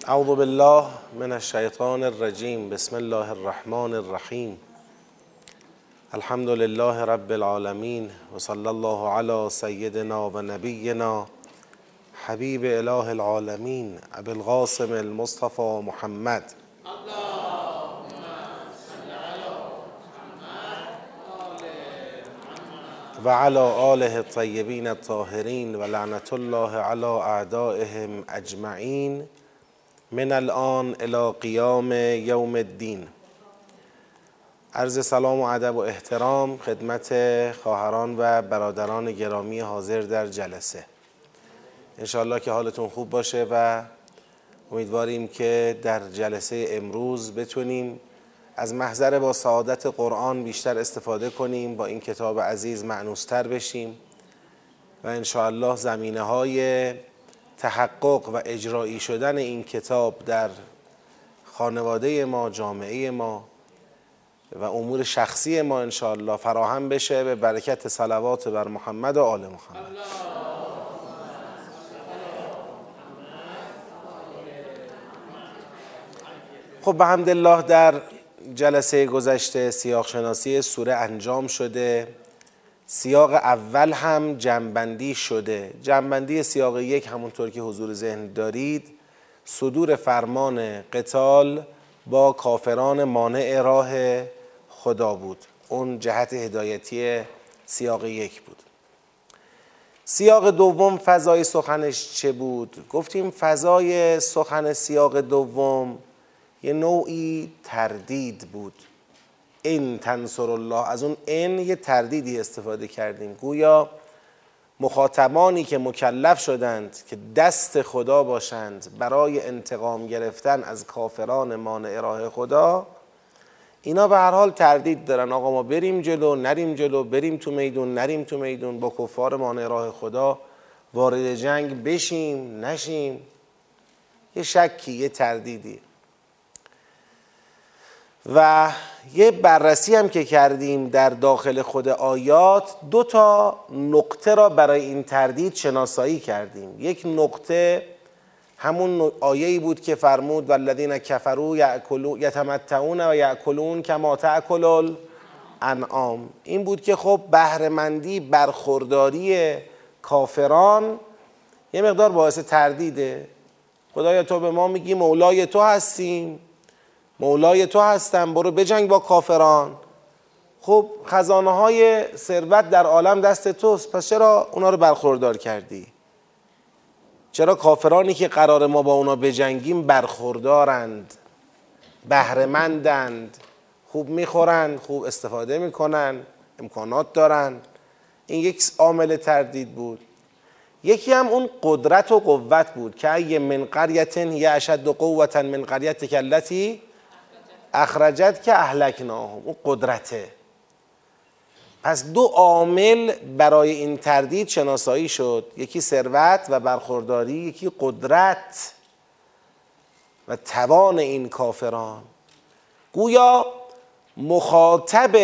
اعوذ بالله من الشیطان الرجیم. بسم الله الرحمن الرحیم. الحمد لله رب العالمین و صلی الله علی سیدنا و نبینا حبیب اله العالمین ابی القاسم المصطفى محمد و علی آله الطیبین الطاهرین و لعنت الله علی اعدائهم اجمعین من الان الی قیام یوم الدین. عرض سلام و ادب و احترام خدمت خواهران و برادران گرامی حاضر در جلسه. انشاءالله که حالتون خوب باشه و امیدواریم که در جلسه امروز بتونیم از محضر با سعادت قرآن بیشتر استفاده کنیم، با این کتاب عزیز مأنوستر بشیم و انشاءالله زمینه‌های تحقق و اجرایی شدن این کتاب در خانواده ما، جامعه ما و امور شخصی ما انشاءالله فراهم بشه به برکت صلوات بر محمد و آل محمد. خب به حمدالله در جلسه گذشته سیاق شناسی سوره انجام شده. سیاق اول هم جمع‌بندی شده. جمع‌بندی سیاق یک همونطور که حضور ذهن دارید صدور فرمان قتال با کافران مانع راه خدا بود. اون جهت هدایتی سیاق یک بود. سیاق دوم فضای سخنش چه بود؟ گفتیم فضای سخن سیاق دوم یه نوعی تردید بود. این تنصر الله، از اون این یه تردیدی استفاده کردیم، گویا مخاطبانی که مکلف شدند که دست خدا باشند برای انتقام گرفتن از کافران مانع راه خدا، اینا به هر حال تردید دارن. آقا ما بریم جلو نریم جلو، بریم تو میدون نریم تو میدون، با کفار مانع راه خدا وارد جنگ بشیم نشیم، یه شکی، یه تردیدی. و یه بررسی هم که کردیم در داخل خود آیات، دو تا نقطه را برای این تردید شناسایی کردیم. یک نقطه همون آیه‌ای بود که فرمود والذین کفروا یتمتعون و یأکلون کما تأکل الانعام. این بود که خب بهره‌مندی، برخورداری کافران یه مقدار باعث تردیده. خدایا تو به ما میگی مولای تو هستیم، مولای تو هستم، برو بجنگ با کافران. خب خزانه های ثروت در عالم دست توست، پس چرا اونا رو برخوردار کردی؟ چرا کافرانی که قرار ما با اونا بجنگیم برخوردارند، بهره‌مندند، خوب میخورند، خوب استفاده میکنن، امکانات دارن؟ این یک عامل تردید بود. یکی هم اون قدرت و قوت بود که ای من قریة هی اشد قوة من قریتک التی اخرجت که اهلکناهم، اون قدرته. پس دو عامل برای این تردید شناسایی شد، یکی ثروت و برخورداری، یکی قدرت و توان این کافران. گویا مخاطب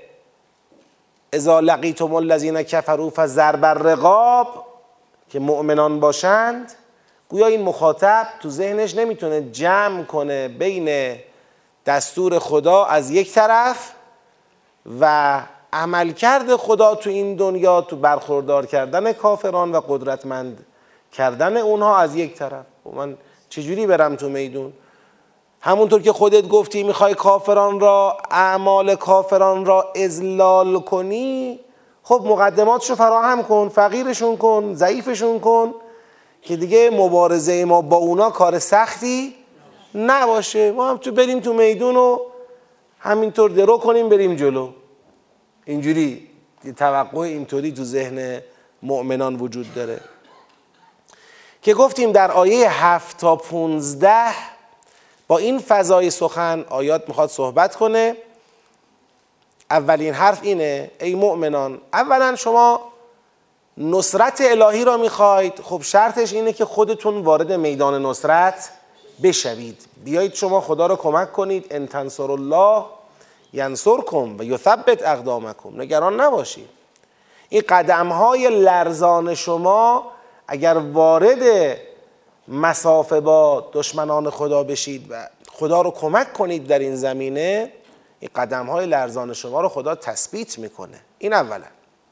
اذا لقیتم الذین کفروا فضرب الرقاب که مؤمنان باشند، گویا این مخاطب تو ذهنش نمیتونه جمع کنه بین دستور خدا از یک طرف و عملکرد خدا تو این دنیا، تو برخوردار کردن کافران و قدرتمند کردن اونها از یک طرف. من چجوری برم تو میدون؟ همونطور که خودت گفتی میخوای کافران را، اعمال کافران را اذلال کنی، خب مقدماتشو فراهم کن، فقیرشون کن، ضعیفشون کن که دیگه مبارزه ما با اونا کار سختی نباشه. ما هم تو بریم تو میدون و همینطور درو کنیم بریم جلو. اینجوری توقع اینطوری تو ذهن مؤمنان وجود داره که گفتیم در آیه 7 تا 15 با این فضای سخن آیات میخواد صحبت کنه. اولین حرف اینه ای مؤمنان، اولا شما نصرت الهی را میخواید، خب شرطش اینه که خودتون وارد میدان نصرت بشوید، بیایید شما خدا را کمک کنید. ان تنصروا الله ینصرکم و یثبت اقدامکم. نگران نباشید، این قدم‌های لرزان شما اگر وارد مسافه با دشمنان خدا بشید و خدا رو کمک کنید در این زمینه، این قدم های لرزان شما رو خدا تثبیت میکنه. این اولا.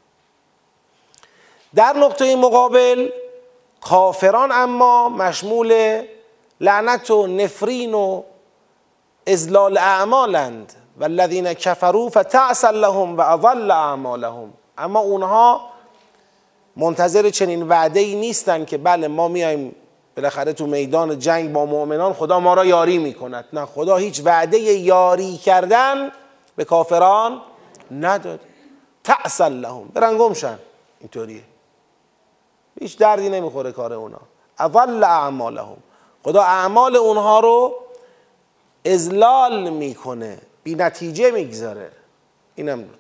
در نقطه مقابل کافران اما مشمول لعنت و نفرین و اذلال اعمالند، والذین کفروا فتعسا لهم و اضل اعمالهم. اما اونها منتظر چنین وعده‌ای نیستن که بله ما میایم بالاخره تو میدان جنگ با مؤمنان خدا ما را یاری میکند. نه، خدا هیچ وعده یاری کردن به کافران نداد. تعسا لهم، برن گم شن. اینطوریه، هیچ دردی نمیخوره کار اونا. اضل اعمالهم، خدا اعمال اونها رو اذلال میکنه، بی نتیجه میگذاره. اینم بود.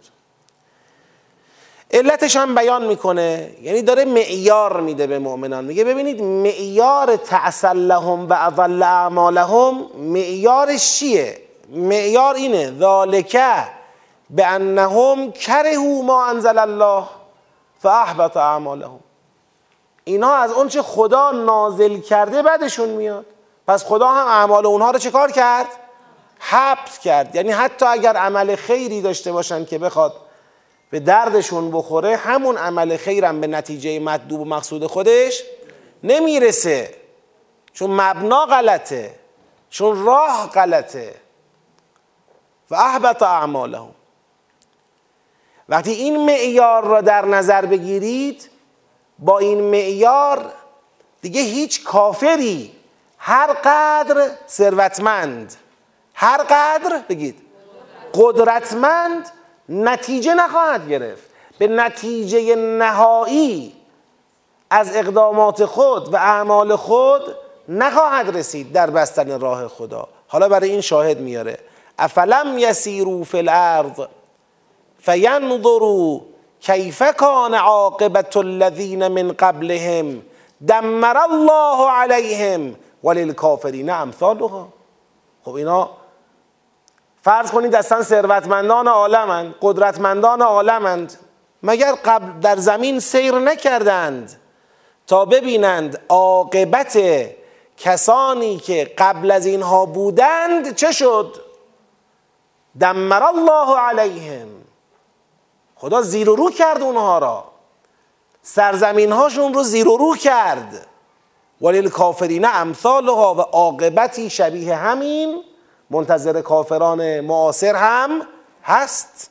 علتش هم بیان میکنه، یعنی داره معیار میده به مؤمنان. میگه ببینید معیار تعسا لهم و اضل اعمالهم معیارش چیه؟ معیار اینه: ذالک بانهم کرهوا ما انزل الله فاحبط اعمالهم. اینا از اون چه خدا نازل کرده بعدشون میاد، پس خدا هم اعمال اونها رو چه کار کرد؟ حبس کرد. یعنی حتی اگر عمل خیری داشته باشن که بخواد به دردشون بخوره، همون عمل خیرم به نتیجه مطلوب و مقصود خودش نمیرسه، چون مبنا غلطه، چون راه غلطه. و احبط اعمالهم. وقتی این معیار را در نظر بگیرید، با این معیار دیگه هیچ کافری هر قدر ثروتمند، هر قدر بگید قدرتمند، نتیجه نخواهد گرفت. به نتیجه نهایی از اقدامات خود و اعمال خود نخواهد رسید در بستن راه خدا. حالا برای این شاهد میاره: افلم یسیروا فی الارض فینظروا کیف کان عاقبة الذین من قبلهم دمر الله علیهم وللکافرین امثالها. خب اینا فرض کنید اصلا ثروتمندان عالمند، قدرتمندان عالمند، مگر قبل در زمین سیر نکردند تا ببینند عاقبت کسانی که قبل از اینها بودند چه شد؟ دمر الله علیهم، خدا زیر و رو کرد اونها را، سرزمین هاشون رو زیر و رو کرد. وللکافرین امثالها، و عاقبتی شبیه همین منتظر کافران معاصر هم هست.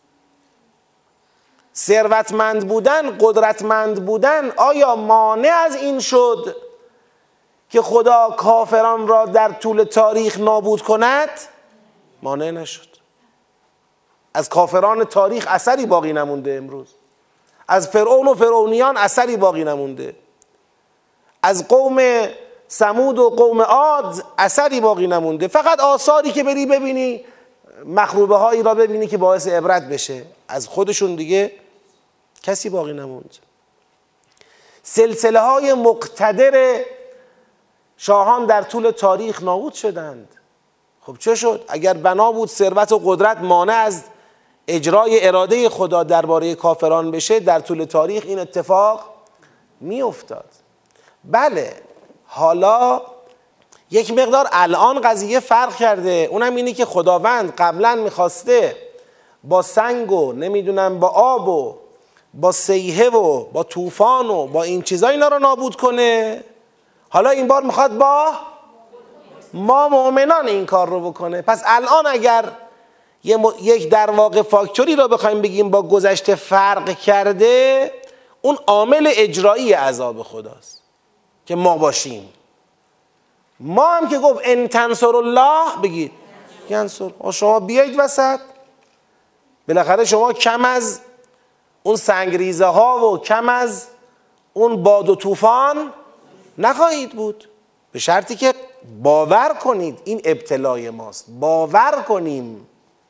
ثروتمند بودن، قدرتمند بودن آیا مانع از این شد که خدا کافران را در طول تاریخ نابود کند؟ مانع نشد. از کافران تاریخ اثری باقی نمونده. امروز از فرعون و فرعونیان اثری باقی نمونده. از قوم ثمود و قوم عاد اثری باقی نمونده. فقط آثاری که بری ببینی، مخروبه هایی را ببینی که باعث عبرت بشه. از خودشون دیگه کسی باقی نموند. سلسله های مقتدر شاهان در طول تاریخ نابود شدند. خب چه شد؟ اگر بنا بود ثروت و قدرت مانع از اجرای اراده خدا درباره کافران بشه، در طول تاریخ این اتفاق می افتاد. بله، حالا یک مقدار الان قضیه فرق کرده. اونم اینه که خداوند قبلا میخواسته با سنگ و نمیدونم با آب و با سیحه و با طوفان و با این چیزا اینا رو نابود کنه. حالا این بار میخواد با ما مؤمنان این کار رو بکنه. پس الان اگر یک در واقع فاکتوری رو بخوایم بگیم با گذشته فرق کرده، اون عامل اجرایی عذاب خداست که ما باشیم. ما هم که گفت ان تنصر الله بگید ینصر. شما بیایید وسط، بالاخره شما کم از اون سنگریزه ها و کم از اون باد و طوفان نخواهید بود، به شرطی که باور کنید این ابتلای ماست. باور کنیم.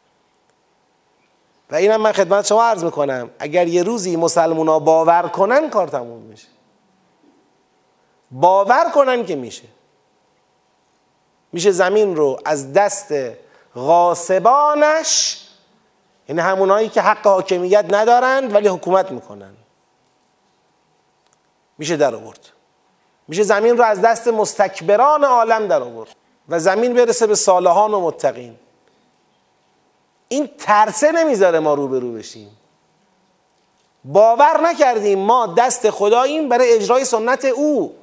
و اینم من خدمت شما عرض میکنم، اگر یه روزی مسلمونا باور کنن کار تموم میشه. باور کنن که میشه زمین رو از دست غاصبانش، یعنی همونایی که حق حاکمیت ندارند ولی حکومت میکنن، میشه در آورد. میشه زمین رو از دست مستکبران عالم در آورد و زمین برسه به صالحان و متقین. این ترسه نمیذاره ما روبرو بشیم. باور نکردیم ما دست خداییم برای اجرای سنت او.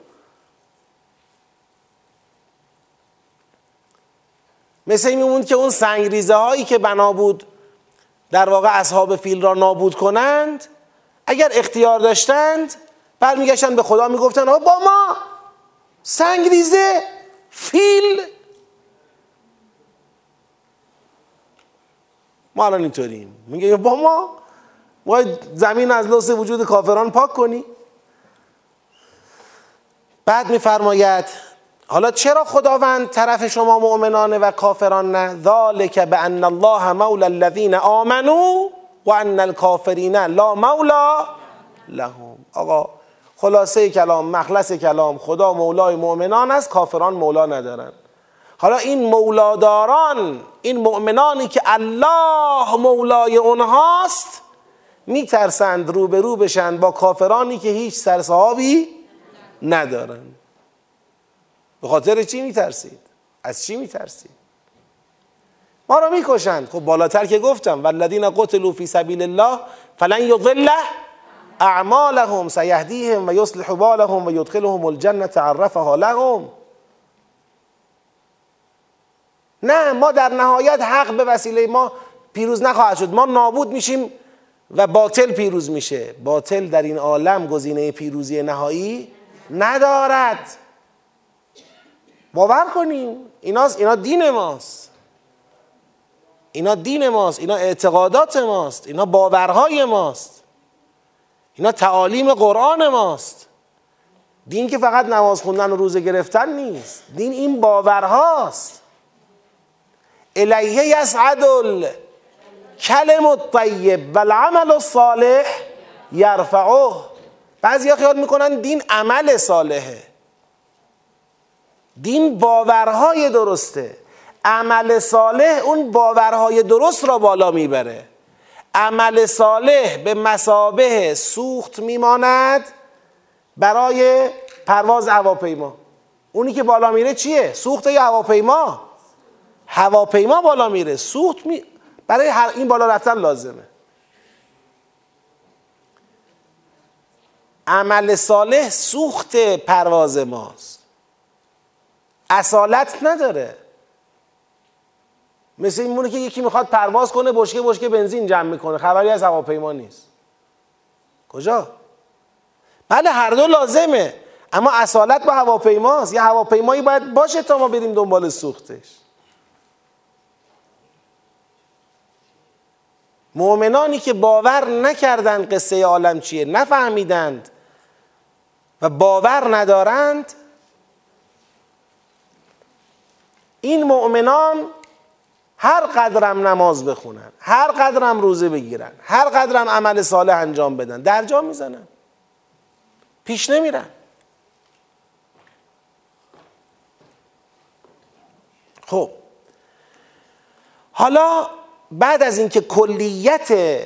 مثل این میموند که اون سنگریزه هایی که بنا بود در واقع اصحاب فیل را نابود کنند، اگر اختیار داشتند برمیگشتن به خدا میگفتن با ما سنگریزه فیل. ما الان اینطوریم، میگه با ما زمین از لوث وجود کافران پاک کنی. بعد میفرماید حالا چرا خداوند طرف شما مؤمنانه و کافران نه؟ ذالک بان الله مولا الذین آمنوا و ان الکافرین لا مولا لهم. آقا خلاصه کلام، مخلص کلام، خدا مولای مؤمنان است، کافران مولا ندارن. حالا این مولاداران، این مؤمنانی که الله مولای اونهاست، میترسند روبرو بشن با کافرانی که هیچ سرصحابی ندارن. به خاطر چی میترسید؟ از چی میترسید؟ ما رو میکشند. خب بالاتر که گفتم والذین قتلوا فی سبیل الله فلن یضل اعمالهم سیهدیهم و یصلح بالهم و یدخلهم الجنة عرفها لهم. نه، ما در نهایت حق به وسیله ما پیروز نخواهد شد، ما نابود میشیم و باطل پیروز میشه. باطل در این عالم گزینه پیروزی نهایی ندارد. باور کنیم اینا دین ماست، اینا دین ماست، اینا اعتقادات ماست، اینا باورهای ماست، اینا تعالیم قرآن ماست. دین که فقط نماز خوندن و روزه گرفتن نیست، دین این باورهاست. الیه یصعد الکلم الطیب والعمل الصالح یرفعه. بعضیا خیال میکنن دین عمل صالحه. دین باورهای درسته. عمل صالح اون باورهای درست را بالا میبره. عمل صالح به مثابه سوخت میماند برای پرواز هواپیما. اونی که بالا میره چیه؟ سوخت یا هواپیما؟ هواپیما بالا میره، سوخت برای این بالا رفتن لازمه. عمل صالح سوخت پرواز ماست، اصالت نداره. مثل این مونه که یکی میخواد پرواز کنه بشکه بشکه بنزین جمع میکنه، خبری از هواپیما نیست. کجا؟ بله هر دو لازمه، اما اصالت با هواپیماست. یه هواپیمایی باید باشه تا ما بریم دنبال سوختش. مؤمنانی که باور نکردند قصه عالم چیه، نفهمیدند و باور ندارند، این مؤمنان هر قدرم نماز بخونن، هر قدرم روزه بگیرن، هر قدرم عمل صالح انجام بدن، درجا میزنن، پیش نمیرن. خب حالا بعد از اینکه کلیت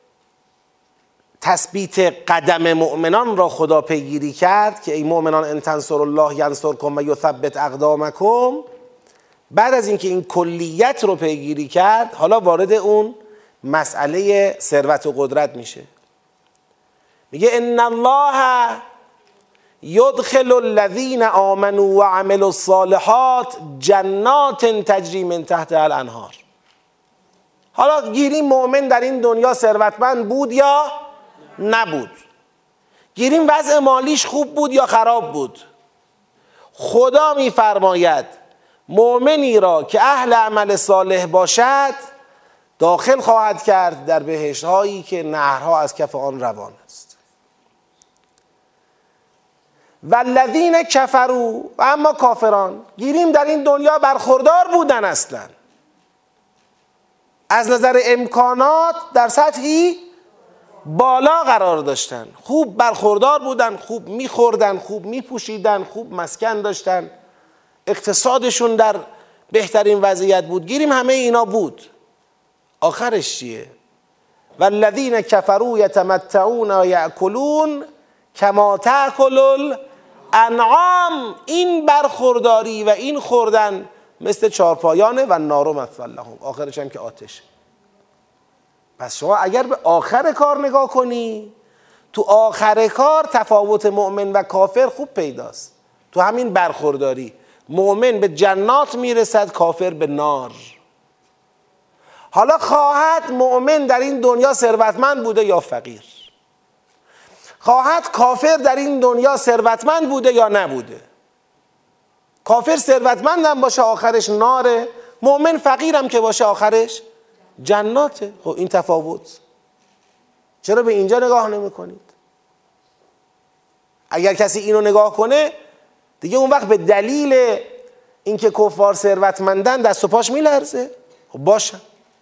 تثبیت قدم مؤمنان را خدا پیگیری کرد که ای مؤمنان ان تنصروا الله ینصرکم و یثبت اقدامکم، بعد از اینکه این کلیت رو پیگیری کرد، حالا وارد اون مسئله ثروت و قدرت میشه. میگه ان الله یدخل الذین آمنوا و عملوا الصالحات جنات تجری من تحتها الانهار. حالا گیریم مؤمن در این دنیا ثروتمند بود یا نبود، گیریم وضع مالیش خوب بود یا خراب بود، خدا میفرماید مؤمنی را که اهل عمل صالح باشد داخل خواهد کرد در بهشت هایی که نهرها از کف آن روان است. والذین کفروا، و اما کافران گیریم در این دنیا برخوردار بودن، اصلا از نظر امکانات در سطحی بالا قرار داشتن، خوب برخوردار بودن، خوب میخوردن، خوب میپوشیدن، خوب مسکن داشتن، اقتصادشون در بهترین وضعیت بود. گیریم همه اینا بود، آخرش چیه؟ والذین کفروا یتمتعون و یأکلون کما تأکل انعام این برخورداری و این خوردن مثل چارپایانه و نار مثوی لهم، آخرش هم که آتش. پس شما اگر به آخر کار نگاه کنی، تو آخر کار تفاوت مؤمن و کافر خوب پیداست. تو همین برخورداری مؤمن به جنات میرسد، کافر به نار. حالا خواهد مؤمن در این دنیا ثروتمند بوده یا فقیر، خواهد کافر در این دنیا ثروتمند بوده یا نبوده، کافر ثروتمند هم باشه آخرش ناره، مؤمن فقیرم که باشه آخرش جناته. خب این تفاوت، چرا به اینجا نگاه نمی کنید؟ اگر کسی اینو نگاه کنه دیگه اون وقت به دلیل اینکه کفار ثروتمندن دست و پاش میلرزه. خب باشه،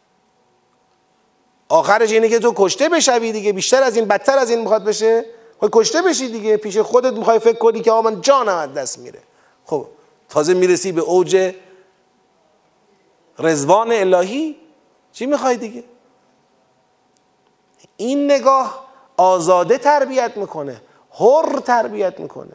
آخرش اینه که تو کشته بشوی دیگه، بیشتر از این بدتر از این میخواد بشه، خب کشته بشی دیگه، پیش خودت میخوای فکر کنی که من جانم از دست میره. خب تازه میرسی به اوج رضوان الهی، چی میخوای دیگه؟ این نگاه آزاده تربیت میکنه، حر تربیت میکنه.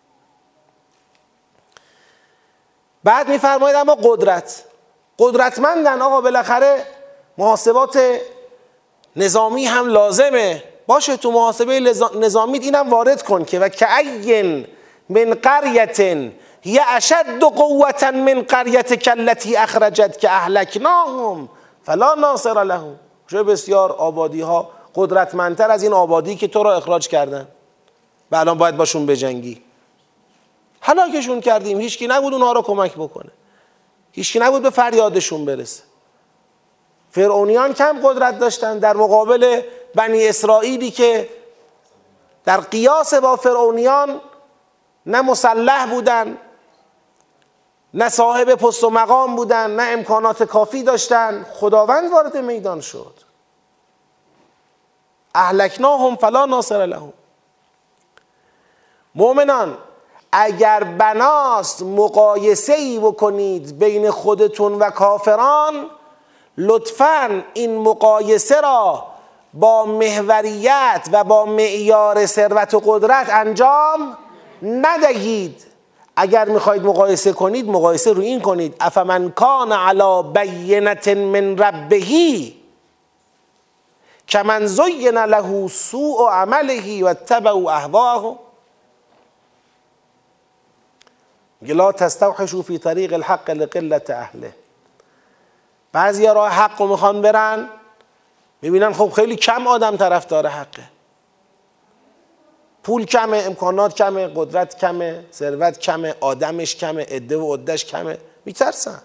بعد میفرماید اما قدرتمندن آقا، بالاخره محاسبات نظامی هم لازمه باشه، تو محاسبه نظامی اینم وارد کن که و کأین من قریة هی اشد قوة من قریتک التی اخرجتک اهلکناهم فلا ناصر لهم. چه بسیار آبادی ها قدرتمندتر از این آبادی که تو را اخراج کردن و الان باید باشون بجنگی. هلاکشون کردیم، هیچکی نبود اونها را کمک بکنه، هیچکی نبود به فریادشون برسه. فرعونیان کم قدرت داشتن در مقابل بنی اسرائیلی که در قیاس با فرعونیان نه مسلح بودن، نه صاحب پست و مقام بودن، نه امکانات کافی داشتن. خداوند وارد میدان شد. اهلکناهم فلا ناصر لهم. مؤمنان اگر بناست مقایسه‌ای بکنید بین خودتون و کافران، لطفاً این مقایسه را با محوریت و با معیار ثروت و قدرت انجام ندهید. اگر میخواید مقایسه کنید، مقایسه رو این کنید: افمن کان علی بینة من ربه کمن زین له سوء عمله و اتبعوا اهواءهم. لا تستوحشوا فی طریق الحق لقلة اهله. بعضی ها راه حق رو میخوان برن، میبینن خب خیلی کم آدم طرفدار حقه، پول کمه، امکانات کمه، قدرت کمه، ثروت کمه، آدمش کمه، عده و عدهش کمه، میترسن.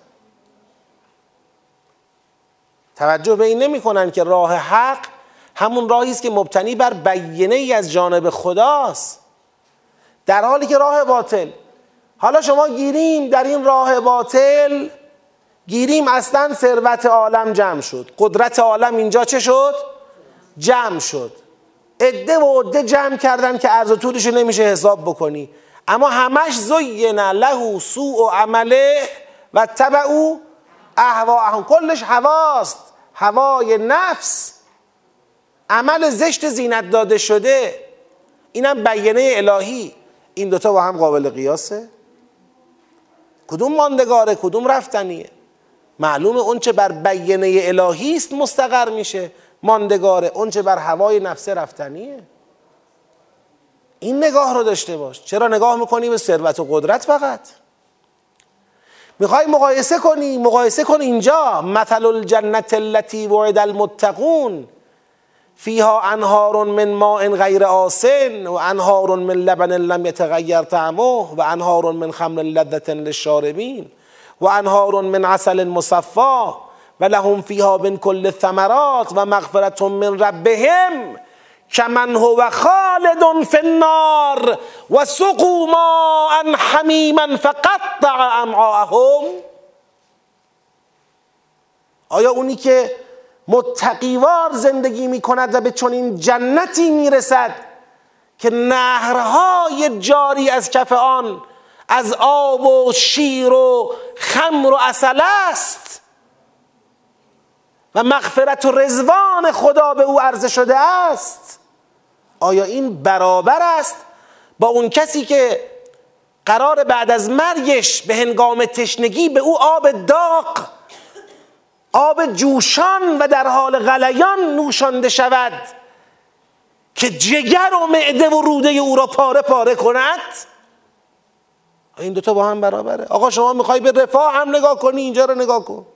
توجه به این نمی کنن که راه حق همون راهی است که مبتنی بر بینه ای از جانب خداست، در حالی که راه باطل، حالا شما گیریم در این راه باطل، گیریم اصلا ثروت عالم جمع شد، قدرت عالم اینجا چه شد؟ جمع شد. عده و عده جمع کردن که عرض و طولش نمیشه حساب بکنی، اما همش زین له سوء عمله و اتبعوا اهواءهم. کلش هواست، هوای نفس، عمل زشت زینت داده شده. اینم بیانیه الهی. این دوتا با هم قابل قیاسه؟ کدوم ماندگاره کدوم رفتنیه؟ معلومه اون چه بر بیانیه الهی است مستقر میشه ماندگاره، اون چه بر هوای نفس رفتنیه. این نگاه رو داشته باش. چرا نگاه میکنی به ثروت و قدرت فقط؟ میخوای مقایسه کنی، مقایسه کن اینجا: مثل الجنة التي وعد المتقون فیها انهار من ماء غیر آسن و انهار من لبن لم یتغیر طعمه و انهار من خمر لذة للشاربین و انهار من عسل مصفى و لهم فیها من کل الثمرات و مغفرة من ربهم کمن هو خالد فی النار و سقوا ماء حمیما فقطع امعاءهم. آیا اونی که متقیوار زندگی می کند و به چنین جنتی می رسد که نهرهای جاری از کف آن از آب و شیر و خمر و عسل است و مغفرت و رضوان خدا به او عرضه شده است، آیا این برابر است با اون کسی که قرار بعد از مرگش به هنگام تشنگی به او آب داغ، آب جوشان و در حال غلیان نوشانده شود که جگر و معده و روده او را پاره پاره کند. این دوتا با هم برابره. آقا شما میخوای به رفاه هم نگاه کنی، اینجا رو نگاه کن.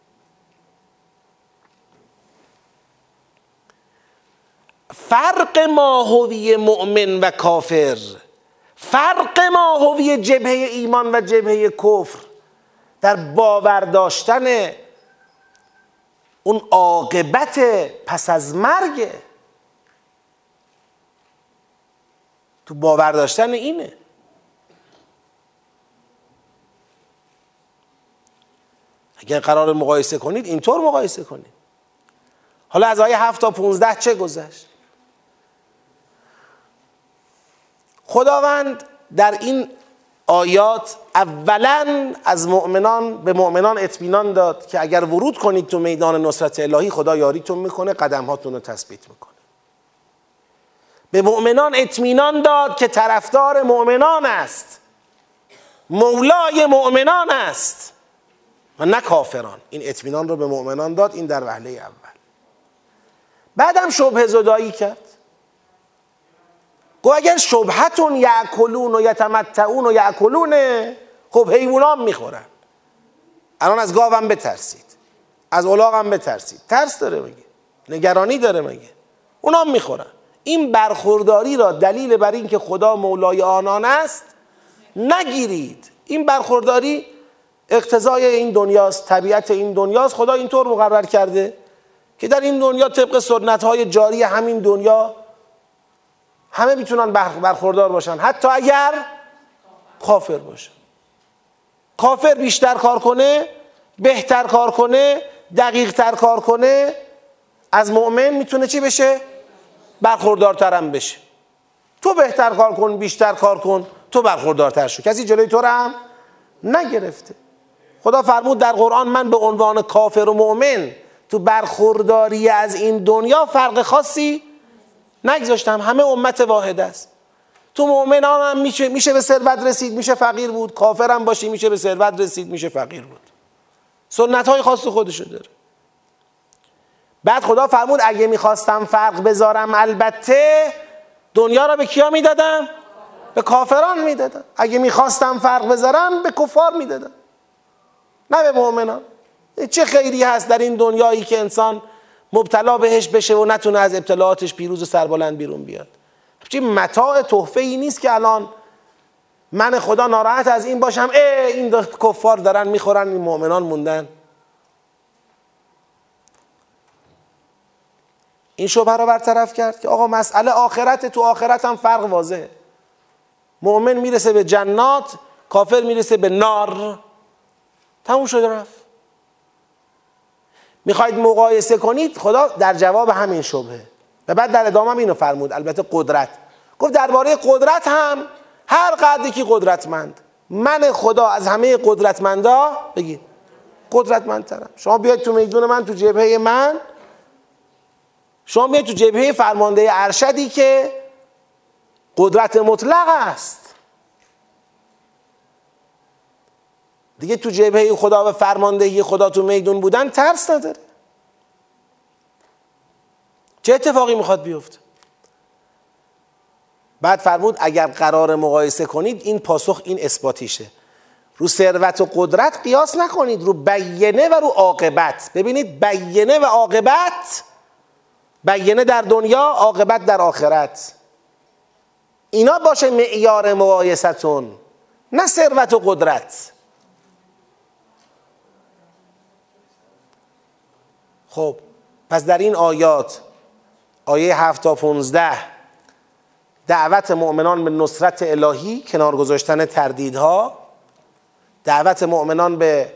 فرق ماهوی مؤمن و کافر، فرق ماهوی جبهه ایمان و جبهه کفر در باور داشتن اون عاقبت پس از مرگ، تو باور داشتن اینه. اگر قرار مقایسه کنید اینطور مقایسه کنید. حالا از آیه 7 تا 15 چه گذشت؟ خداوند در این آیات اولا از مؤمنان به مؤمنان اطمینان داد که اگر ورود کنید تو میدان نصرت الهی خدا یاریتون میکنه، قدم هاتون رو تثبیت میکنه. به مؤمنان اطمینان داد که طرفدار مؤمنان است، مولای مؤمنان است و نه کافران. این اطمینان رو به مؤمنان داد. این در وهله اول. بعدم شبهه زدایی کرد. گو اگر شبهتون یأکلون و یتمتعون و یأکلون، خب حیوانام میخورن. الان از گاوم بترسید، از الاغم بترسید. ترس داره مگه؟ نگرانی داره مگه؟ اونام میخورن. این برخورداری را دلیل بر این که خدا مولای آنان است نگیرید. این برخورداری اقتضای این دنیاست، طبیعت این دنیاست. خدا اینطور مقرر کرده که در این دنیا طبق سنت‌های جاری همین دنیا همه میتونن برخوردار باشن، حتی اگر کافر باشن. کافر بیشتر کار کنه، بهتر کار کنه، دقیق‌تر کار کنه، از مؤمن میتونه چی بشه؟ برخوردارتر هم بشه. تو بهتر کار کن، بیشتر کار کن، تو برخوردارتر شو. کسی جلوی تو رو هم نگرفته. خدا فرمود در قرآن من به عنوان کافر و مؤمن تو برخورداری از این دنیا فرق خاصی نگذاشتم. همه امت واحد است. تو مؤمنان هم میشه به ثروت رسید، میشه فقیر بود. کافر هم باشی میشه به ثروت رسید، میشه فقیر بود. سنت های خاص خودشو داره. بعد خدا فرمود اگه میخواستم فرق بذارم البته دنیا را به کیا میدادم؟ به کافران میدادم. اگه میخواستم فرق بذارم به کفار میدادم، نه به مؤمنان. چه خیری هست در این دنیایی که انسان مبتلا بهش بشه و نتونه از ابتلاعاتش پیروز و سربلند بیرون بیاد؟ چه متاع تحفه ای نیست که الان من خدا ناراحت از این باشم این کفار دارن میخورن این مؤمنان موندن. این شبهه را برطرف کرد که آقا مسئله آخرت، تو آخرت هم فرق واضحه. مؤمن میرسه به جنات، کافر میرسه به نار. تموم شد رفت. میخواید مقایسه کنید، خدا در جواب همین شبهه و بعد در ادامه هم اینو فرمود. البته قدرت گفت درباره قدرت هم هر قدری که قدرتمند، من خدا از همه قدرتمندا بگید قدرتمندترم. شما بیاید تو میدون من، تو جبهه من، شما بیاید تو جبهه فرمانده ارشدی که قدرت مطلق است. دیگه تو جبهه خدا و فرماندهی خدا تو میدون بودن ترس نداره. چه اتفاقی میخواد بیفته؟ بعد فرمود اگر قرار مقایسه کنید این پاسخ این اثباتیشه. رو ثروت و قدرت قیاس نکنید، رو بیینه و رو عاقبت. ببینید بیینه و عاقبت، بیینه در دنیا، عاقبت در آخرت، اینا باشه معیار مقایستون، نه ثروت و قدرت. خب پس در این آیات، آیه 7 تا 15، دعوت مؤمنان به نصرت الهی، کنار گذاشتن تردیدها، دعوت مؤمنان به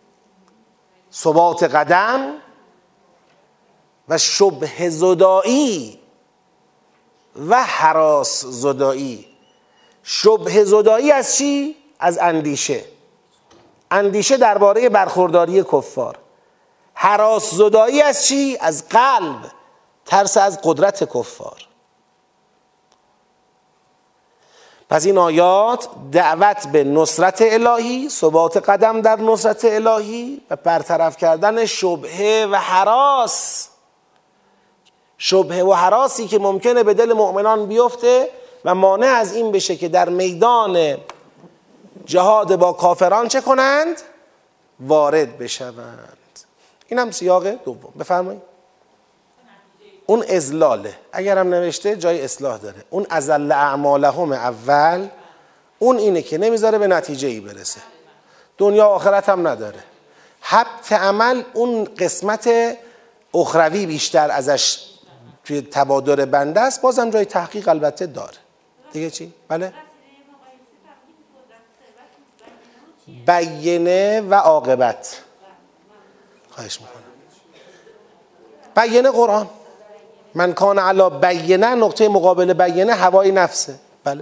ثبات قدم و شبهه زدایی و هراس زدایی. شبهه زدایی از چی؟ از اندیشه. اندیشه درباره برخورداری کفار. هراس زدایی از چی؟ از قلب، ترس از قدرت کفار. پس این آیات دعوت به نصرت الهی، ثبات قدم در نصرت الهی و برطرف کردن شبهه و هراس، شبهه و هراسی که ممکنه به دل مؤمنان بیفته و مانع از این بشه که در میدان جهاد با کافران چه کنند؟ وارد بشوند. این هم سیاق دوم. بفرمایید. اون اذلاله، اگرم نوشته جای اصلاح داره. اون اذل اعمالهم اول، اون اینه که نمیذاره به نتیجه ای برسه، دنیا آخرت هم نداره. حبط عمل اون قسمت اخروی بیشتر ازش توی تبادر بنده است، بازم جای تحقیق البته داره. دیگه چی؟ بله؟ بیینه و عاقبت. خواهش میکنم. بیینه قرآن، من کان علی بیینه، نقطه مقابل بیینه هوای نفسه. بله.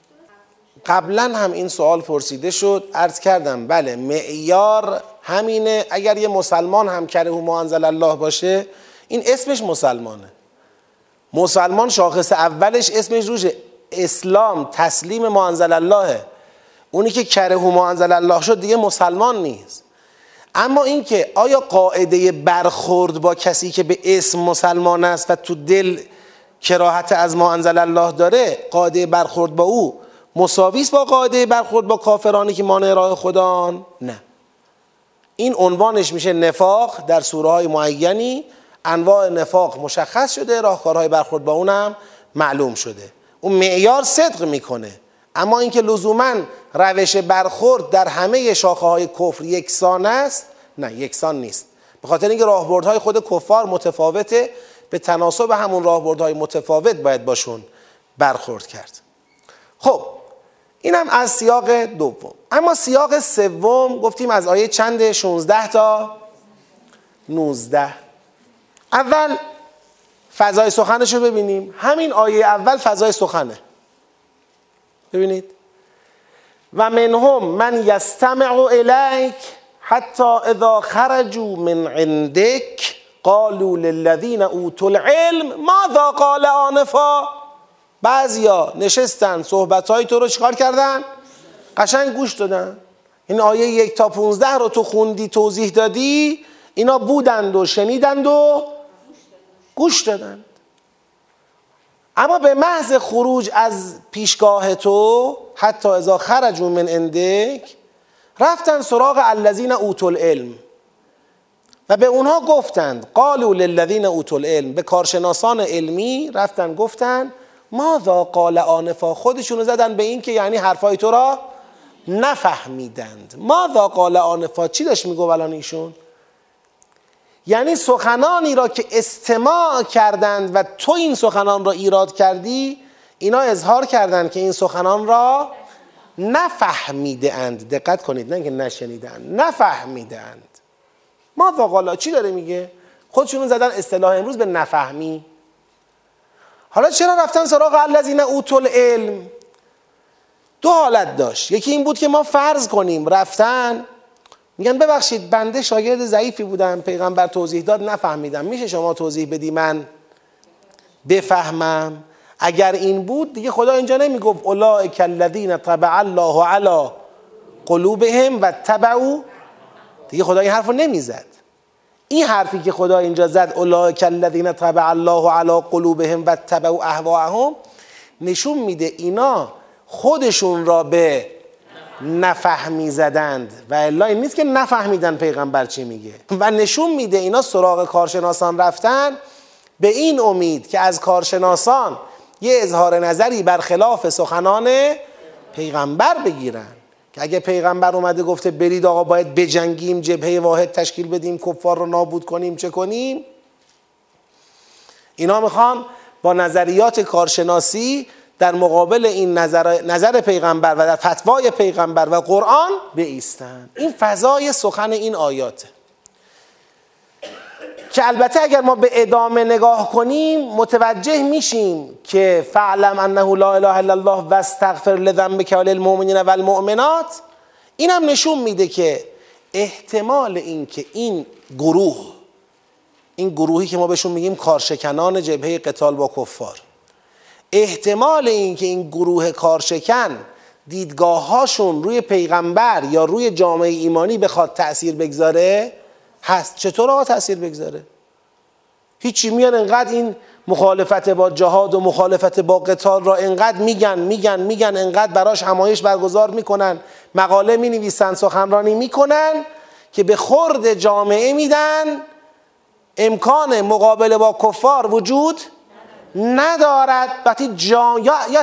قبلا هم این سوال پرسیده شد، عرض کردم بله معیار همینه. اگر یه مسلمان هم کره ما انزل الله باشه، این اسمش مسلمانه. مسلمان شاخص اولش اسمش روشه، اسلام تسلیم ما انزل اللهه. اونی که کره ما انزل الله شد دیگه مسلمان نیست. اما این که آیا قاعده برخورد با کسی که به اسم مسلمان است و تو دل کراهت از ما انزل الله داره، قاعده برخورد با او مساوی است با قاعده برخورد با کافرانی که مانع راه خدان؟ نه. این عنوانش میشه نفاق. در سوره‌های معینی انواع نفاق مشخص شده، راهکارهای برخورد با اونم معلوم شده. اون معیار صدق میکنه، اما اینکه لزوما روش برخورد در همه شاخه‌های کفر یکسان است، نه یکسان نیست. به خاطر اینکه راهبردهای خود کفار متفاوته، به تناسب همون راهبردهای متفاوت باید باشون برخورد کرد. خب اینم از سیاق دوم. اما سیاق سوم گفتیم از آیه چنده؟ 16 تا 19. اول فضای سخنش رو ببینیم. همین آیه اول فضای سخنه. ببینید و منهم من یستمع الیک حتی اذا خرجوا من عندک قالوا للذین اوتوا العلم ماذا قال آنفا. بعضیا نشستن صحبتهای تو رو چیکار کردن؟ قشنگ گوش دادن. این آیه 1 تا 15 رو تو خوندی، توضیح دادی، اینا بودند و شنیدند و گوش دادند. اما به محض خروج از پیشگاه تو، حتی اذا خرجوا من عندک، رفتن سراغ الذین اوتوا العلم و به اونها گفتند، قالوا للذین اوتوا العلم، به کارشناسان علمی رفتن گفتند ماذا قال آنفا، خودشونو زدن به این که یعنی حرفای تو را نفهمیدند. ماذا قال آنفا، چی داشت میگو الان ایشون؟ یعنی سخنانی را که استماع کردند و تو این سخنان را ایراد کردی، اینا اظهار کردند که این سخنان را نفهمیده اند. دقت کنید، نه که نشنیده اند، نفهمیده اند. ماذا قال، چی داره میگه؟ خودشونو زدن اصطلاح امروز به نفهمی. حالا چرا رفتن سراغ الذین اوتوا العلم؟ دو حالت داشت. یکی این بود که ما فرض کنیم رفتن میگن ببخشید بنده شاگرد ضعیفی بودم، پیغمبر توضیح داد نفهمیدم، میشه شما توضیح بدی من بفهمم؟ اگر این بود دیگه خدا اینجا نمیگفت اولئک الذین طبع الله علی قلوبهم و تبعوا، دیگه خدا این حرفو نمیزد. این حرفی که خدا اینجا زد اولئک الذین طبع الله علی قلوبهم و تبعوا اهواءهم، نشون میده اینا خودشون را به نفهمی زدند و الا این نیست که نفهمیدن پیغمبر چی میگه. و نشون میده اینا سراغ کارشناسان رفتن به این امید که از کارشناسان یه اظهار نظری برخلاف سخنان پیغمبر بگیرن، که اگه پیغمبر اومده گفته برید آقا باید بجنگیم، جبهه واحد تشکیل بدیم، کفار رو نابود کنیم، چه کنیم؟ اینا میخوان با نظریات کارشناسی در مقابل این نظر پیغمبر و در فتوای پیغمبر و قرآن بایستند. این فضای سخن این آیاته که البته اگر ما به ادامه نگاه کنیم متوجه میشیم که فعلم انه لا اله الا الله واستغفر لذنبک وللمؤمنین والمؤمنات، این هم نشون میده که احتمال این که این گروهی که ما بهشون میگیم کارشکنان جبهه قتال با کفار، احتمال این که این گروه کارشکن دیدگاه‌هاشون روی پیغمبر یا روی جامعه ایمانی بخواد تأثیر بگذاره هست. چطور آقا تأثیر بگذاره؟ هیچی، میان انقدر این مخالفت با جهاد و مخالفت با قتال را انقدر میگن انقدر براش همایش برگزار میکنن، مقاله مینویسن، سخنرانی میکنن که به خورد جامعه میدن امکان مقابله با کفار وجود ندارد. وقتی یا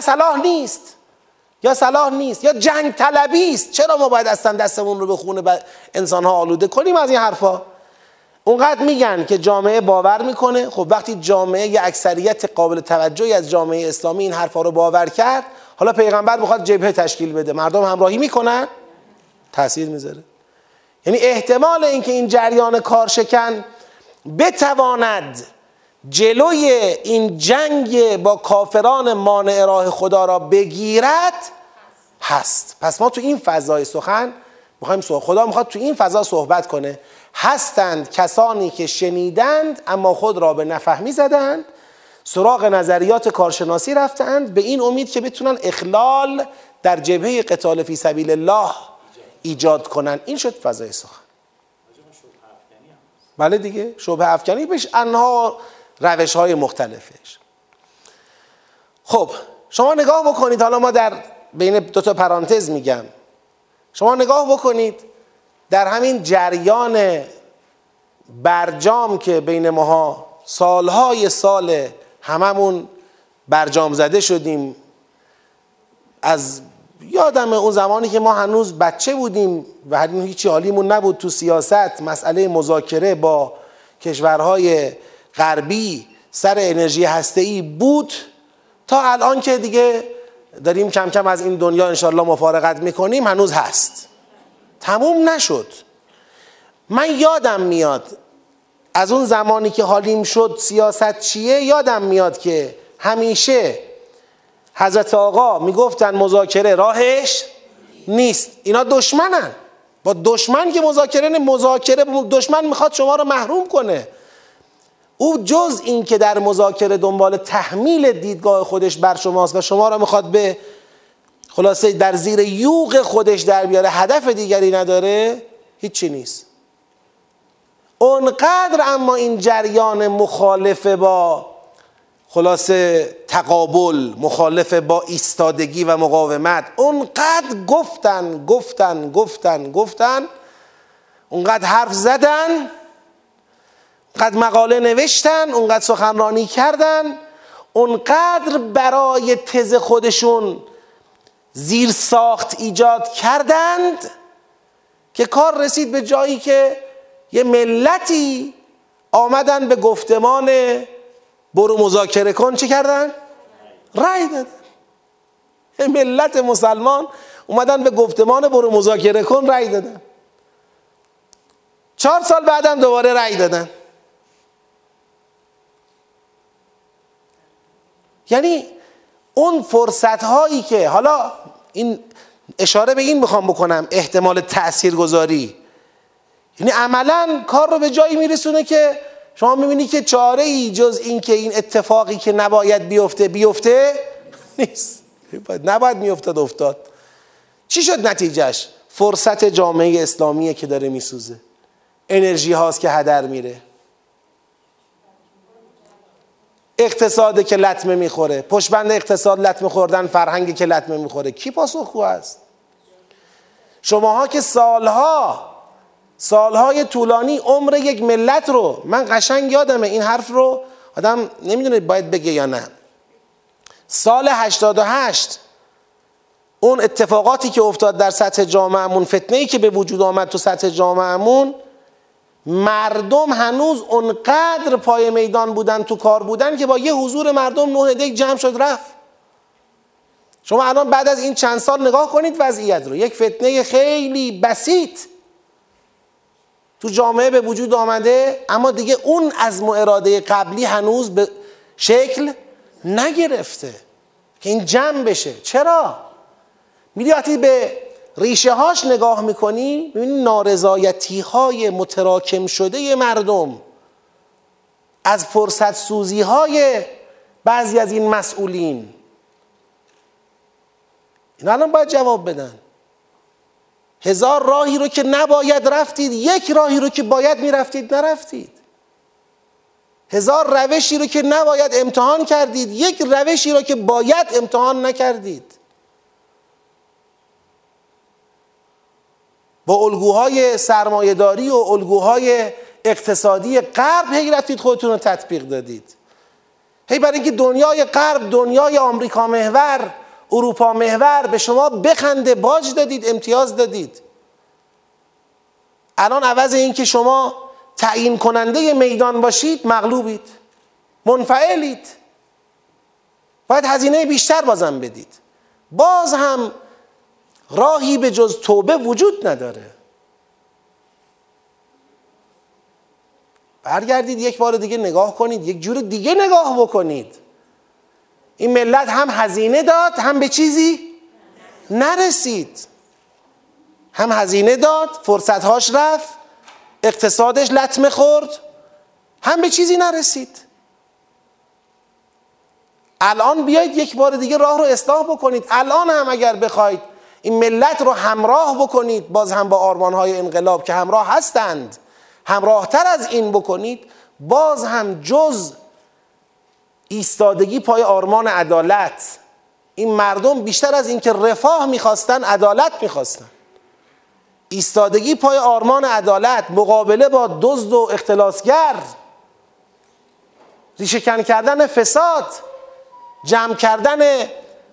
صلاح نیست یا جنگ طلبی است. چرا ما باید اصلا دستمون رو به خون انسان‌ها آلوده کنیم از این حرفا؟ اونقدر میگن که جامعه باور میکنه. خب وقتی جامعه یه اکثریت قابل توجهی از جامعه اسلامی این حرفا رو باور کرد، حالا پیغمبر میخواد جبهه تشکیل بده، مردم همراهی میکنن، تأثیر میذاره. یعنی احتمال اینکه این جریان کارشکن بتواند جلوی این جنگ با کافران مانع راه خدا را بگیرد هست. پس ما تو این فضای سخن میخوایم خدا میخواد تو این فضا صحبت کنه. هستند کسانی که شنیدند اما خود را به نفهمی زدند، سراغ نظریات کارشناسی رفتند به این امید که بتونن اخلال در جبهه قتال فی سبیل الله ایجاد کنن. این شد فضای سخن. بله دیگه، شبهه افکنی بهش انها روش های مختلفش. خب شما نگاه بکنید، حالا ما در بین دو تا پرانتز میگم، شما نگاه بکنید در همین جریان برجام که بین ماها سالهای سال هممون برجام زده شدیم، از یادم اون زمانی که ما هنوز بچه بودیم و هیچی حالیمون نبود تو سیاست، مسئله مذاکره با کشورهای غربی سر انرژی هسته‌ای بود، تا الان که دیگه داریم کم کم از این دنیا انشالله مفارقت میکنیم، هنوز هست، تموم نشد. من یادم میاد از اون زمانی که حالیم شد سیاست چیه، یادم میاد که همیشه حضرت آقا میگفتن مذاکره راهش نیست. اینا دشمنن، با دشمن که مذاکره دشمن میخواد شما رو محروم کنه. او جز این که در مذاکره دنبال تحمیل دیدگاه خودش بر شماست و شما رو میخواد به خلاصه در زیر یوغ خودش در بیاره، هدف دیگری نداره، هیچی نیست. اونقدر اما این جریان مخالفه با خلاصه تقابل، مخالفه با ایستادگی و مقاومت، اونقدر گفتن، اونقدر حرف زدن، اونقدر مقاله نوشتن، اونقدر سخنرانی کردن، اونقدر برای تز خودشون زیر ساخت ایجاد کردند که کار رسید به جایی که یه ملتی آمدن به گفتمان برو مذاکره کن، چه کردن؟ رأی دادن. یه ملت مسلمان اومدن به گفتمان برو مذاکره کن رأی دادن. 4 سال بعدم دوباره رأی دادن. یعنی اون فرصت هایی که حالا این اشاره به این میخوام بکنم، احتمال تأثیرگذاری، یعنی عملاً کار رو به جایی میرسونه که شما میبینی که چاره ای جز این که این اتفاقی که نباید بیفته نیست. نباید میافتاد، افتاد. چی شد نتیجهش؟ فرصت جامعه اسلامیه که داره میسوزه، انرژی هاست که هدر میره، اقتصاده که لطمه میخوره، پشتبند اقتصاد لطمه خوردن، فرهنگی که لطمه میخوره. کی پاسخگو است؟ شماها که سالهای طولانی عمر یک ملت رو، من قشنگ یادمه این حرف رو، آدم نمیدونه باید بگه یا نه، سال 88 اون اتفاقاتی که افتاد در سطح جامعهمون، فتنه‌ای که به وجود آمد تو سطح جامعهمون، مردم هنوز اونقدر پای میدان بودن، تو کار بودن، که با یه حضور مردم 9 دق جمع شد رفت. شما الان بعد از این چند سال نگاه کنید وضعیت رو، یک فتنه خیلی بسیط تو جامعه به وجود آمده، اما دیگه اون عزم و اراده قبلی هنوز به شکل نگرفته که این جمع بشه. چرا؟ میری وقتی به ریشه هاش نگاه میکنی، میبینی نارضایتی های متراکم شده مردم از فرصت سوزی های بعضی از این مسئولین، اینا الان باید جواب بدن. 1000 راهی رو که نباید رفتید، یک راهی رو که باید میرفتید نرفتید. 1000 روشی رو که نباید امتحان کردید، یک روشی رو که باید امتحان نکردید. با الگوهای سرمایه‌داری و الگوهای اقتصادی غرب هی رفتید خودتون رو تطبیق دادید. هی برای اینکه دنیای غرب، دنیای آمریکا محور، اروپا محور به شما بخنده باج دادید، امتیاز دادید. الان عوض این که شما تعیین کننده میدان باشید مغلوبید، منفعلید، باید هزینه بیشتر بازم بدید. باز هم راهی به جز توبه وجود نداره. برگردید یک بار دیگه نگاه کنید، یک جور دیگه نگاه بکنید. این ملت هم هزینه داد، هم به چیزی نرسید. هم هزینه داد، فرصتهاش رفت، اقتصادش لطمه خورد، هم به چیزی نرسید. الان بیایید یک بار دیگه راه رو اصلاح بکنید. الان هم اگر بخواید این ملت رو همراه بکنید، باز هم با آرمانهای انقلاب که همراه هستند، همراه تر از این بکنید، باز هم جز ایستادگی پای آرمان عدالت، این مردم بیشتر از این که رفاه میخواستن عدالت میخواستن. ایستادگی پای آرمان عدالت، مقابله با دزد و اختلاسگر، ریشه‌کن کردن فساد، جمع کردن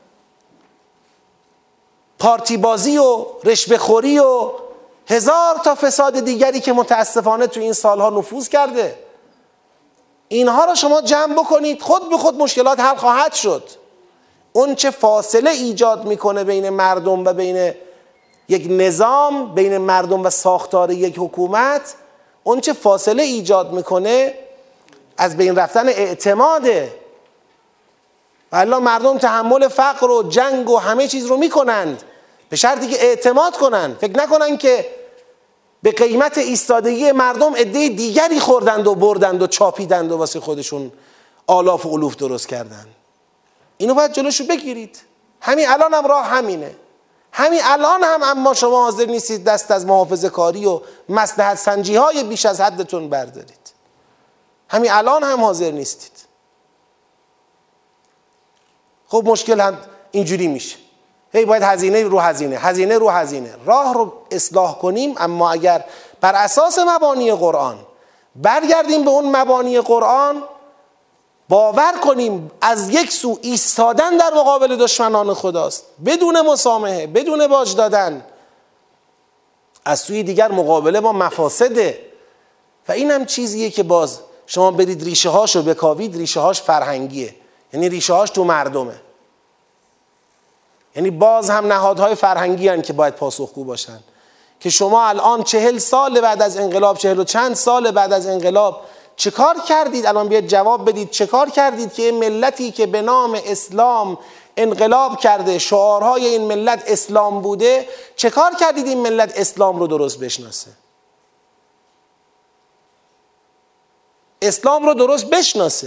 پارتی بازی و رشوه‌خوری و 1000 تا فساد دیگری که متاسفانه تو این سالها نفوذ کرده. اینها رو شما جمع بکنید، خود به خود مشکلات حل خواهد شد. اون چه فاصله ایجاد میکنه بین مردم و بین یک نظام، بین مردم و ساختار یک حکومت، اون چه فاصله ایجاد میکنه از بین رفتن اعتماده. والله مردم تحمل فقر و جنگ و همه چیز رو میکنند به شرطی که اعتماد کنند. فکر نکنن که به قیمت ایستادگی مردم عده دیگری خوردند و بردند و چاپیدند و واسه خودشون آلاف و الوف درست کردند. اینو باید جلوشو بگیرید. همین الان هم راه همینه. همین الان هم اما شما حاضر نیستید دست از محافظه کاری و مصلحت سنجی های بیش از حدتون بردارید. همین الان هم حاضر نیستید. خب مشکل هم اینجوری میشه. هی باید هزینه رو هزینه، هزینه رو هزینه. راه رو اصلاح کنیم، اما اگر بر اساس مبانی قرآن برگردیم به اون مبانی قرآن، باور کنیم از یک سو ایستادن در مقابل دشمنان خداست بدون مسامحه، بدون باج دادن، از سوی دیگر مقابله با مفاسده. و این هم چیزیه که باز شما برید ریشه هاشو بکاوید، ریشه هاش فرهنگیه، یعنی ریشه هاش تو مردمه. یعنی باز هم نهادهای فرهنگی هستند که باید پاسخگو باشن. که شما الان 40 سال بعد از انقلاب، 40 و چند سال بعد از انقلاب چه کار کردید؟ الان بیاید جواب بدید. چه کار کردید که این ملتی که به نام اسلام انقلاب کرده، شعارهای این ملت اسلام بوده، چه کار کردید این ملت اسلام رو درست بشناسه؟ اسلام رو درست بشناسه.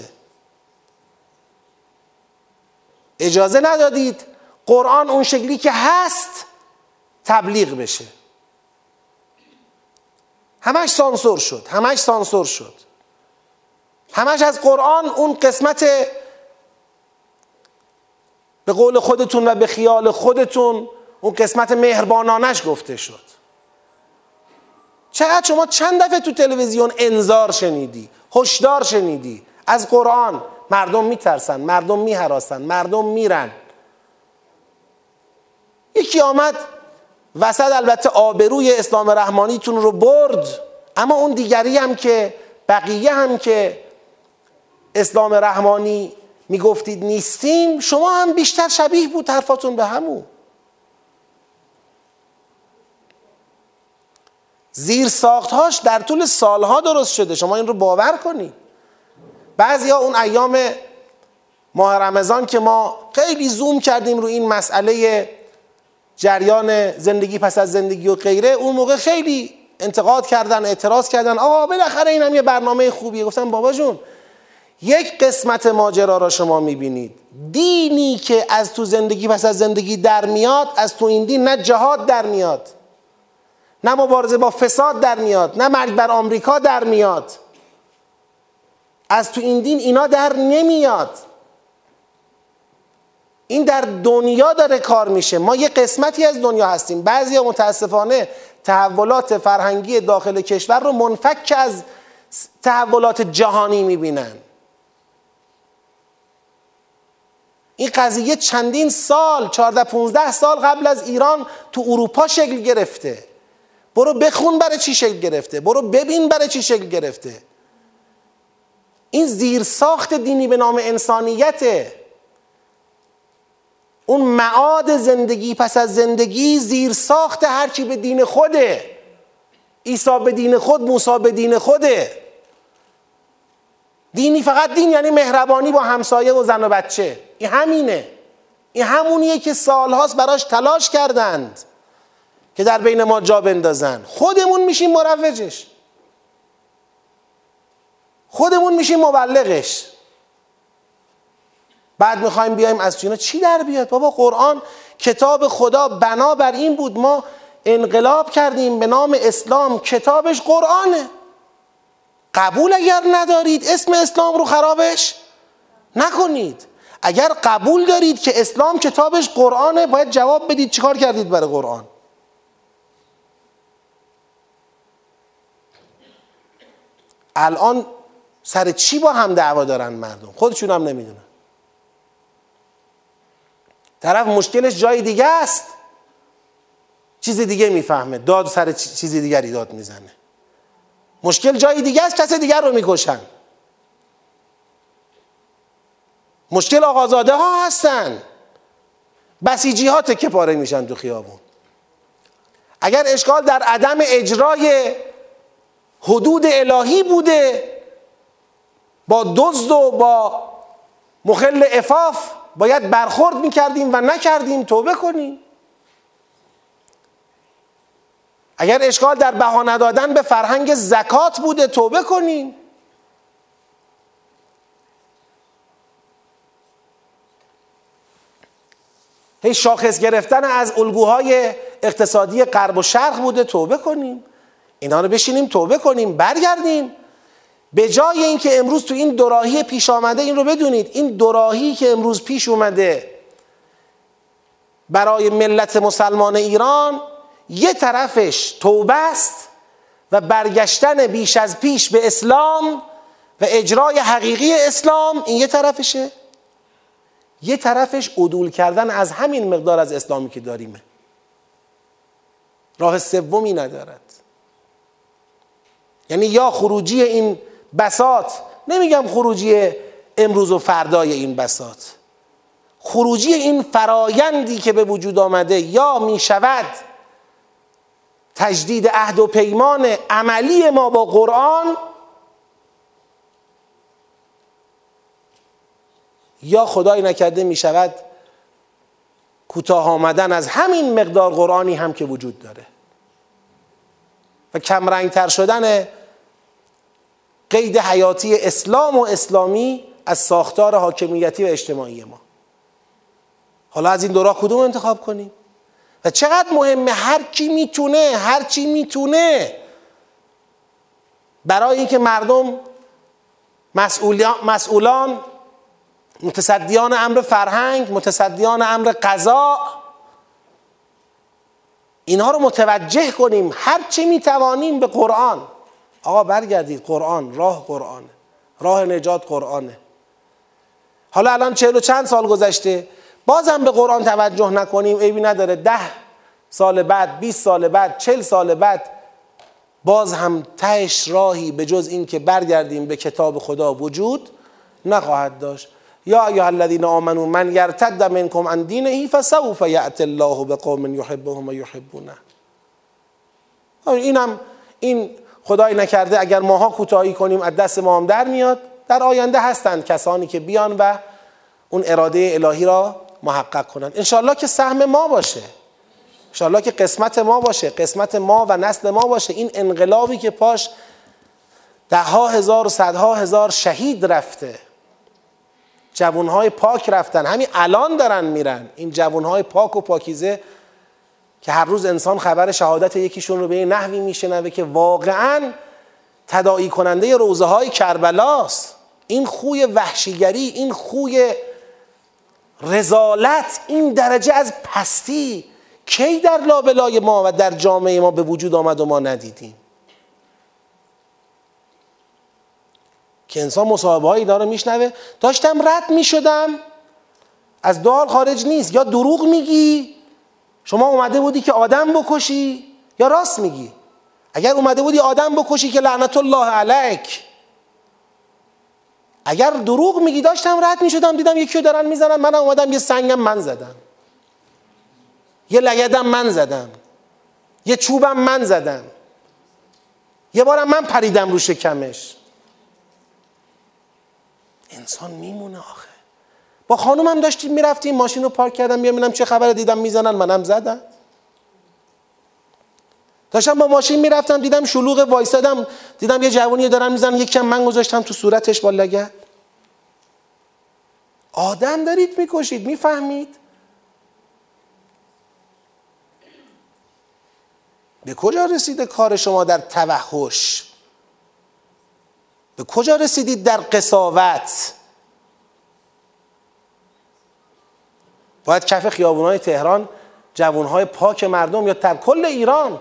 اجازه ندادید قرآن اون شکلی که هست تبلیغ بشه. همش سانسور شد، همش سانسور شد. همش از قرآن اون قسمت به قول خودتون و به خیال خودتون، اون قسمت مهربانانش گفته شد. چقدر شما چند دفعه تو تلویزیون انذار شنیدی، هشدار شنیدی از قرآن؟ مردم میترسن، مردم میهراسن، مردم میرن. یکی آمد وسط، البته آبروی اسلام رحمانیتون رو برد، اما اون دیگری هم که بقیه هم که اسلام رحمانی میگفتید نیستیم، شما هم بیشتر شبیه بود حرفاتون به همون. زیر ساختهاش در طول سالها درست شده، شما این رو باور کنید. بعضیا اون ایام ماه رمضان که ما خیلی زوم کردیم رو این مسئله جریان زندگی پس از زندگی و غیره، اون موقع خیلی انتقاد کردن، اعتراض کردن، آقا بالاخره این هم یه برنامه خوبیه. گفتم بابا جون، یک قسمت ماجرا را شما میبینید، دینی که از تو زندگی پس از زندگی در میاد، از تو این دین نه جهاد در میاد، نه مبارزه با فساد در میاد، نه مرگ بر آمریکا در میاد. از تو این دین اینا در نمیاد. این در دنیا داره کار میشه. ما یه قسمتی از دنیا هستیم. بعضیا متاسفانه تحولات فرهنگی داخل کشور رو منفک از تحولات جهانی میبینن. این قضیه چندین سال، 14-15 سال قبل از ایران تو اروپا شکل گرفته. برو بخون برای چی شکل گرفته، برو ببین برای چی شکل گرفته. این زیرساخت دینی به نام انسانیته. اون معاد زندگی پس از زندگی زیرساخت هرچی به دین خوده. عیسی به دین خود، موسی به دین خوده. دینی فقط دین یعنی مهربانی با همسایه و زن و بچه. این همینه. این همونیه که سالهاست براش تلاش کردند که در بین ما جا بندازن. خودمون میشیم مروجش، خودمون میشیم مبلغش. بعد میخوایم بیایم از اینا چی در بیاد؟ بابا قرآن کتاب خدا بنا بر این بود، ما انقلاب کردیم به نام اسلام، کتابش قرآنه. قبول اگر ندارید اسم اسلام رو خرابش نکنید. اگر قبول دارید که اسلام کتابش قرآنه، باید جواب بدید چیکار کردید برای قرآن. الان سر چی با هم دعوا دارن مردم؟ خودشون هم نمیدونن. طرف مشکلش جای دیگه است، چیز دیگه میفهمه، داد سر چیز دیگری داد میزنه. مشکل جای دیگه است، کس دیگر رو میکشن. مشکل آقازاده ها هستن، بسیجی ها تکه پاره میشن تو خیابون. اگر اشکال در عدم اجرای حدود الهی بوده، با دزد و با مخل عفاف باید برخورد میکردیم و نکردیم، توبه کنیم. اگر اشکال در بها ندادن به فرهنگ زکات بوده، توبه کنیم. هی شاخص گرفتن از الگوهای اقتصادی غرب و شرق بوده، توبه کنیم. اینا رو بشینیم توبه کنیم، برگردیم. به جای اینکه امروز تو این دوراهی پیش آمده، این رو بدونید، این دوراهی که امروز پیش اومده برای ملت مسلمان ایران، یه طرفش توبه است و برگشتن بیش از پیش به اسلام و اجرای حقیقی اسلام، این یه طرفشه. یه طرفش عدول کردن از همین مقدار از اسلامی که داریمه. راه سومی ندارد. یعنی یا خروجی این بساط، نمیگم خروجی امروز و فردای این بساط، خروجی این فرایندی که به وجود آمده، یا می شود تجدید عهد و پیمان عملی ما با قرآن، یا خدای نکرده می شود کوتاه آمدن از همین مقدار قرآنی هم که وجود داره و کمرنگتر شدن قید حیاتی اسلام و اسلامی از ساختار حاکمیتی و اجتماعی ما. حالا از این دو راه کدوم انتخاب کنیم؟ و چقدر مهمه هر چی میتونه برای اینکه مردم، مسئولان، متصدیان امر فرهنگ، متصدیان امر قضا، اینها رو متوجه کنیم. هر چی میتوانیم به قرآن. آقا برگردید، قرآن، راه قرآنه، راه نجات قرآنه. حالا الان 40 و چند سال گذشته، بازم به قرآن توجه نکنیم عیبی نداره. 10 سال بعد، 20 سال بعد، 40 سال بعد، باز هم تهش راهی به جز این که برگردیم به کتاب خدا وجود نخواهد داشت. یا ایها الذین آمنوا من یرتد منکم عن دینه فسوف یأتی الله بقوم یحبهم و یحبونه. این خدای نکرده اگر ماها کوتاهی کنیم از دست ما هم در میاد. در آینده هستند کسانی که بیان و اون اراده الهی را محقق کنند. انشالله که سهم ما باشه، انشالله که قسمت ما باشه، قسمت ما و نسل ما باشه. این انقلابی که پاش 10,000 و 100,000 شهید رفته، جوانهای پاک رفتن، همین الان دارن میرن. این جوانهای پاک و پاکیزه که هر روز انسان خبر شهادت یکیشون رو به این نحوی میشنوه که واقعاً تداعی کننده روضه های کربلاست. این خوی وحشیگری، این خوی رذالت، این درجه از پستی کی در لابلای ما و در جامعه ما به وجود آمد و ما ندیدیم؟ که انسان مصاحبه هایی داره میشنوه. داشتم رد میشدم، از دو حال خارج نیست، یا دروغ میگی شما اومده بودی که آدم بکشی، یا راست میگی. اگر اومده بودی آدم بکشی که لعنت الله علیک. اگر دروغ میگی، داشتم رد میشدم دیدم یکی رو دارن میزنن، منم اومدم یه سنگم من زدم، یه لگدم من زدم، یه چوبم من زدم، یه بارم من پریدم رو شکمش. انسان میمونه آخه. با خانومم داشتیم میرفتیم، ماشین رو پارک کردم بیام ببینم چه خبره، دیدم میزنن، منم زدم. داشتم با ماشین میرفتم دیدم شلوغ، وایسادم دیدم یه جوونی دارن میزنن، یکم من گذاشتم تو صورتش با لگد. آدم دارید میکشید، میفهمید؟ به کجا رسیده کار شما در توحش؟ به کجا رسیدید در قساوت؟ باید کف خیابونهای تهران جوانهای پاک مردم، یا در کل ایران،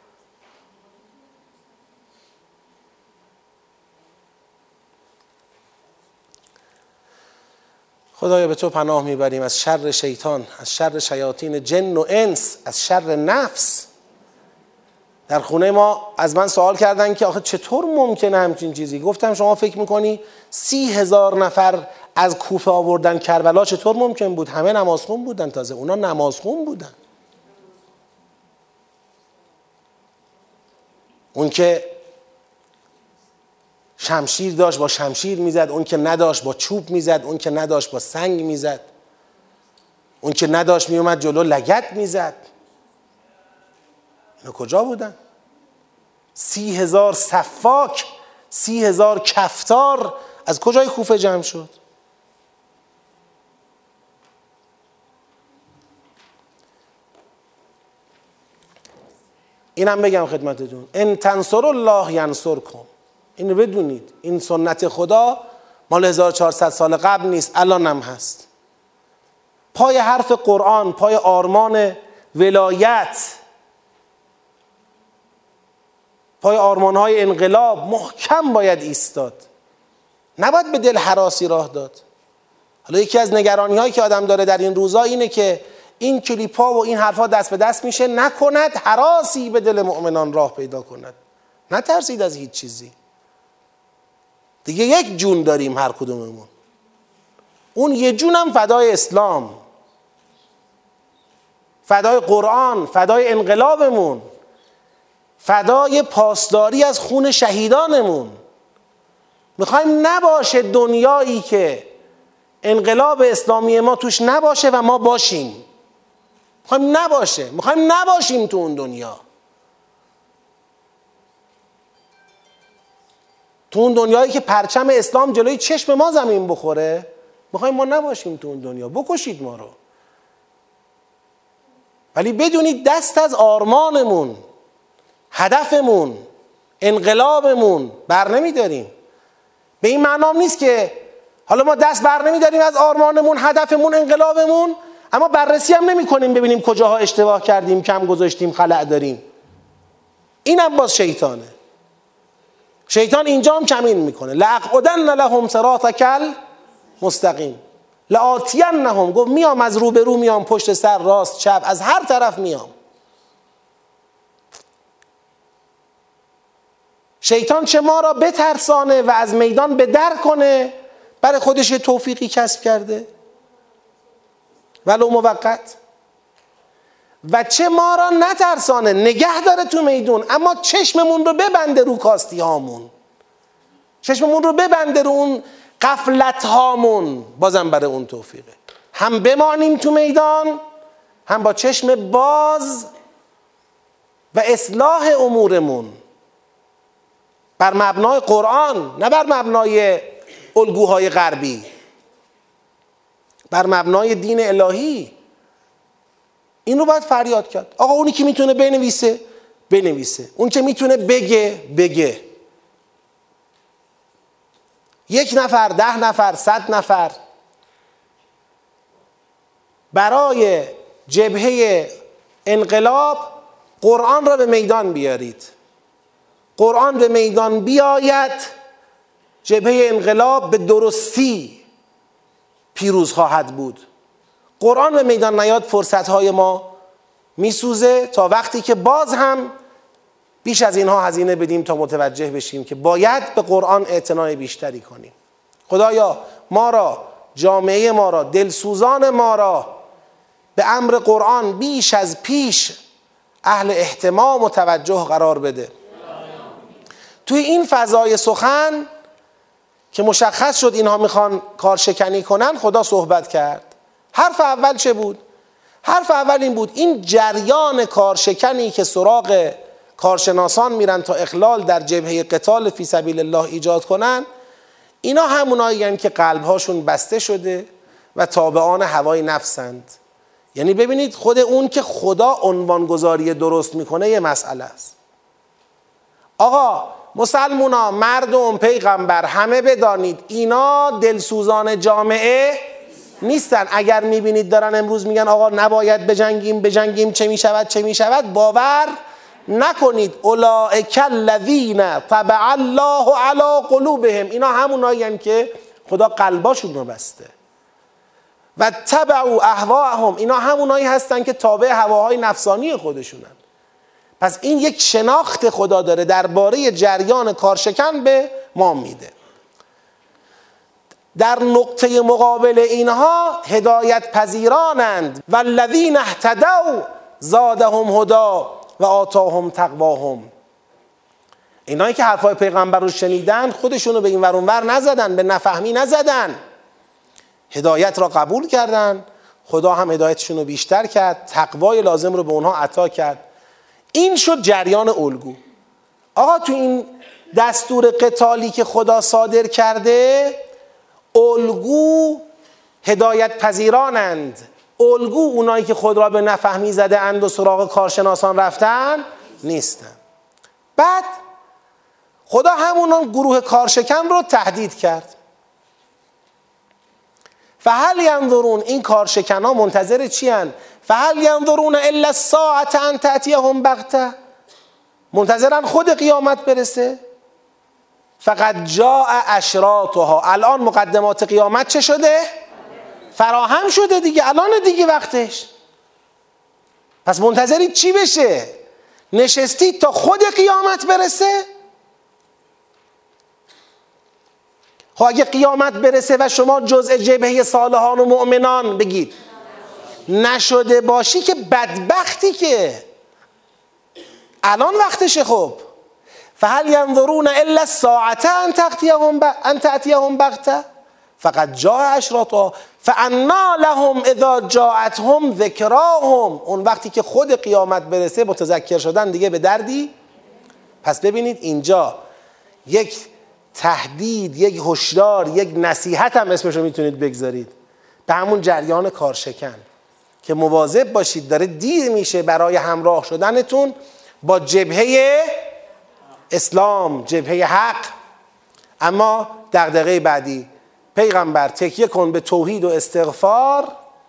خدایا به تو پناه میبریم از شر شیطان، از شر شیاطین جن و انس، از شر نفس. در خونه ما از من سوال کردن که آخه چطور ممکنه همچین چیزی؟ گفتم شما فکر میکنی 30,000 نفر از کوفه آوردن کربلا چطور ممکن بود؟ همه نمازخون بودن، تازه اونا نمازخون بودن. اون که شمشیر داشت با شمشیر میزد، اون که نداشت با چوب میزد، اون که نداشت با سنگ میزد، اون که نداشت میومد جلو لگد میزد. اینا کجا بودن؟ 30,000 سفاک، 30,000 کفتار از کجای کوفه جمع شد؟ اینم بگم خدمتتون، ان تنصروا الله ینصرکم. اینو بدونید، این سنت خدا مال 1400 سال قبل نیست، الان هم هست. پای حرف قرآن، پای آرمان ولایت، پای آرمانهای انقلاب محکم باید ایستاد، نباید به دل هراسی راه داد. حالا یکی از نگرانی هایی که آدم داره در این روزا اینه که این کلیپا و این حرفا دست به دست میشه، نکند هراسی به دل مؤمنان راه پیدا کند. نترسید از هیچ چیزی. دیگه یک جون داریم هر کدوممون، اون یه جونم فدای اسلام، فدای قرآن، فدای انقلابمون، فدای پاسداری از خون شهیدانمون. میخوایم نباشه دنیایی که انقلاب اسلامی ما توش نباشه و ما باشیم. میخوایم نباشه، میخوایم نباشیم تو اون دنیا. تو اون دنیایی که پرچم اسلام جلوی چشم ما زمین بخوره، میخوایم ما نباشیم تو اون دنیا. بکشید ما رو، ولی بدونید دست از آرمانمون، هدفمون، انقلابمون بر نمیداریم. به این معنی نیست که حالا ما دست بر نمیداریم از آرمانمون، هدفمون، انقلابمون، اما بررسی هم نمی کنیم ببینیم کجاها اشتباه کردیم، کم گذاشتیم، خلأ داریم. اینم باز شیطانه. شیطان اینجا هم کمین میکنه. لأقعدن لهم صراطک المستقیم، لآتینهم، گفت میام از رو به رو، میام پشت سر، راست چپ، از هر طرف میام. شیطان چه ما را بترسانه و از میدان به در کنه، برای خودش یه توفیقی کسب کرده ولو موقت، و چه ما را نترسانه، نگه داره تو میدون، اما چشممون رو ببنده رو کاستی هامون، چشممون رو ببنده رو اون غفلت هامون، بازم برای اون توفیقه. هم بمانیم تو میدان، هم با چشم باز و اصلاح امورمون بر مبنای قرآن، نه بر مبنای الگوهای غربی. بر مبنای دین الهی. این رو باید فریاد کرد. آقا اونی که میتونه بنویسه بنویسه، اون که میتونه بگه بگه. 1 نفر، 10 نفر، 100 نفر برای جبهه انقلاب قرآن را به میدان بیارید. قرآن به میدان بیاید، جبهه انقلاب به درستی پیروز خواهد بود. قرآن به میدان نیاد، فرصتهای ما میسوزه تا وقتی که باز هم بیش از اینها هزینه بدیم تا متوجه بشیم که باید به قرآن اعتنای بیشتری کنیم. خدایا ما را، جامعه ما را، دلسوزان ما را به امر قرآن بیش از پیش اهل اهتمام و توجه قرار بده. توی این فضای سخن که مشخص شد اینها میخوان کارشکنی کنن، خدا صحبت کرد. حرف اول چه بود؟ حرف اول این بود این جریان کارشکنی که سراغ کارشناسان میرن تا اخلال در جبهه قتال فی سبیل الله ایجاد کنن، اینا همونایی هستند که قلبهاشون بسته شده و تابعان هوای نفسند. یعنی ببینید خود اون که خدا عنوانگذاری درست میکنه یه مسئله است. آقا مسلمونا، مردم، پیغمبر، همه بدانید اینا دلسوزان جامعه نیستن. اگر میبینید دارن امروز میگن آقا نباید بجنگیم چه میشود، باور نکنید. اولئک الذین طبع الله علی قلوبهم، اینا همونایی هستند که خدا قلباشون رو بسته. و تبعوا اهواءهم، اینا همونایی هستن که تابع هواهای نفسانی خودشونن. پس این یک شناخت خدا داره درباره جریان کارشکن به ما میده. در نقطه مقابل اینها هدایت پذیرانند. والذین اهتدوا زادهم هدی و آتاهم تقواهم. اینایی که حرفای پیغمبر رو شنیدن خودشونو به این ور اون ور نزدن، به نفهمی نزدن، هدایت را قبول کردن، خدا هم هدایتشون رو بیشتر کرد، تقوای لازم رو به اونها عطا کرد. این شد جریان الگو. آقا تو این دستور قتالی که خدا صادر کرده، الگو هدایت پذیرانند. الگو اونایی که خود را به نفهمی زده اند و سراغ کارشناسان رفتن نیستن. بعد خدا همونان گروه کارشکن رو تهدید کرد. فهل ینظرون، این کارشکن ها منتظر چی هن؟ فهل ینظرون الا الساعة ان تأتیهم بغته، منتظرن خود قیامت برسه؟ فقد جاء اشراطها، الان مقدمات قیامت چه شده؟ فراهم شده دیگه، الان دیگه وقتش. پس منتظرید چی بشه؟ نشستید تا خود قیامت برسه؟ خب اگه قیامت برسه و شما جزء جبهه صالحان و مؤمنان بگید نشده باشی که بدبختی، که الان وقتشه. خب فهل ینظرون الا الساعة ان تأتیهم بغته فقد جاء اشراطها فانا لهم اذا جاءتهم ذکراهم، اون وقتی که خود قیامت برسه متذکر شدن دیگه به دردی. پس ببینید اینجا یک تهدید، یک هشدار، یک نصیحت هم اسمشو میتونید بگذارید به همون جریان کارشکن که مواظب باشید، داره دیر میشه برای همراه شدنتون با جبهه اسلام، جبهه حق. اما دغدغه بعدی، پیغمبر تکیه کن به توحید و استغفار،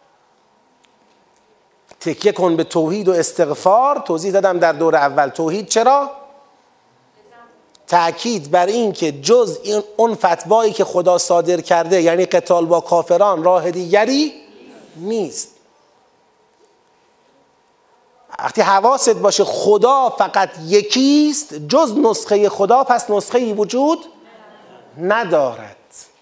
تکیه کن به توحید و استغفار. توضیح دادم در دور اول توحید چرا؟ تأکید بر این که جز اون فتوایی که خدا صادر کرده، یعنی قتال با کافران، راه دیگری نیست. وقتی حواست باشه خدا فقط یکیست، جز نسخه خدا پس نسخه‌ای وجود ندارد.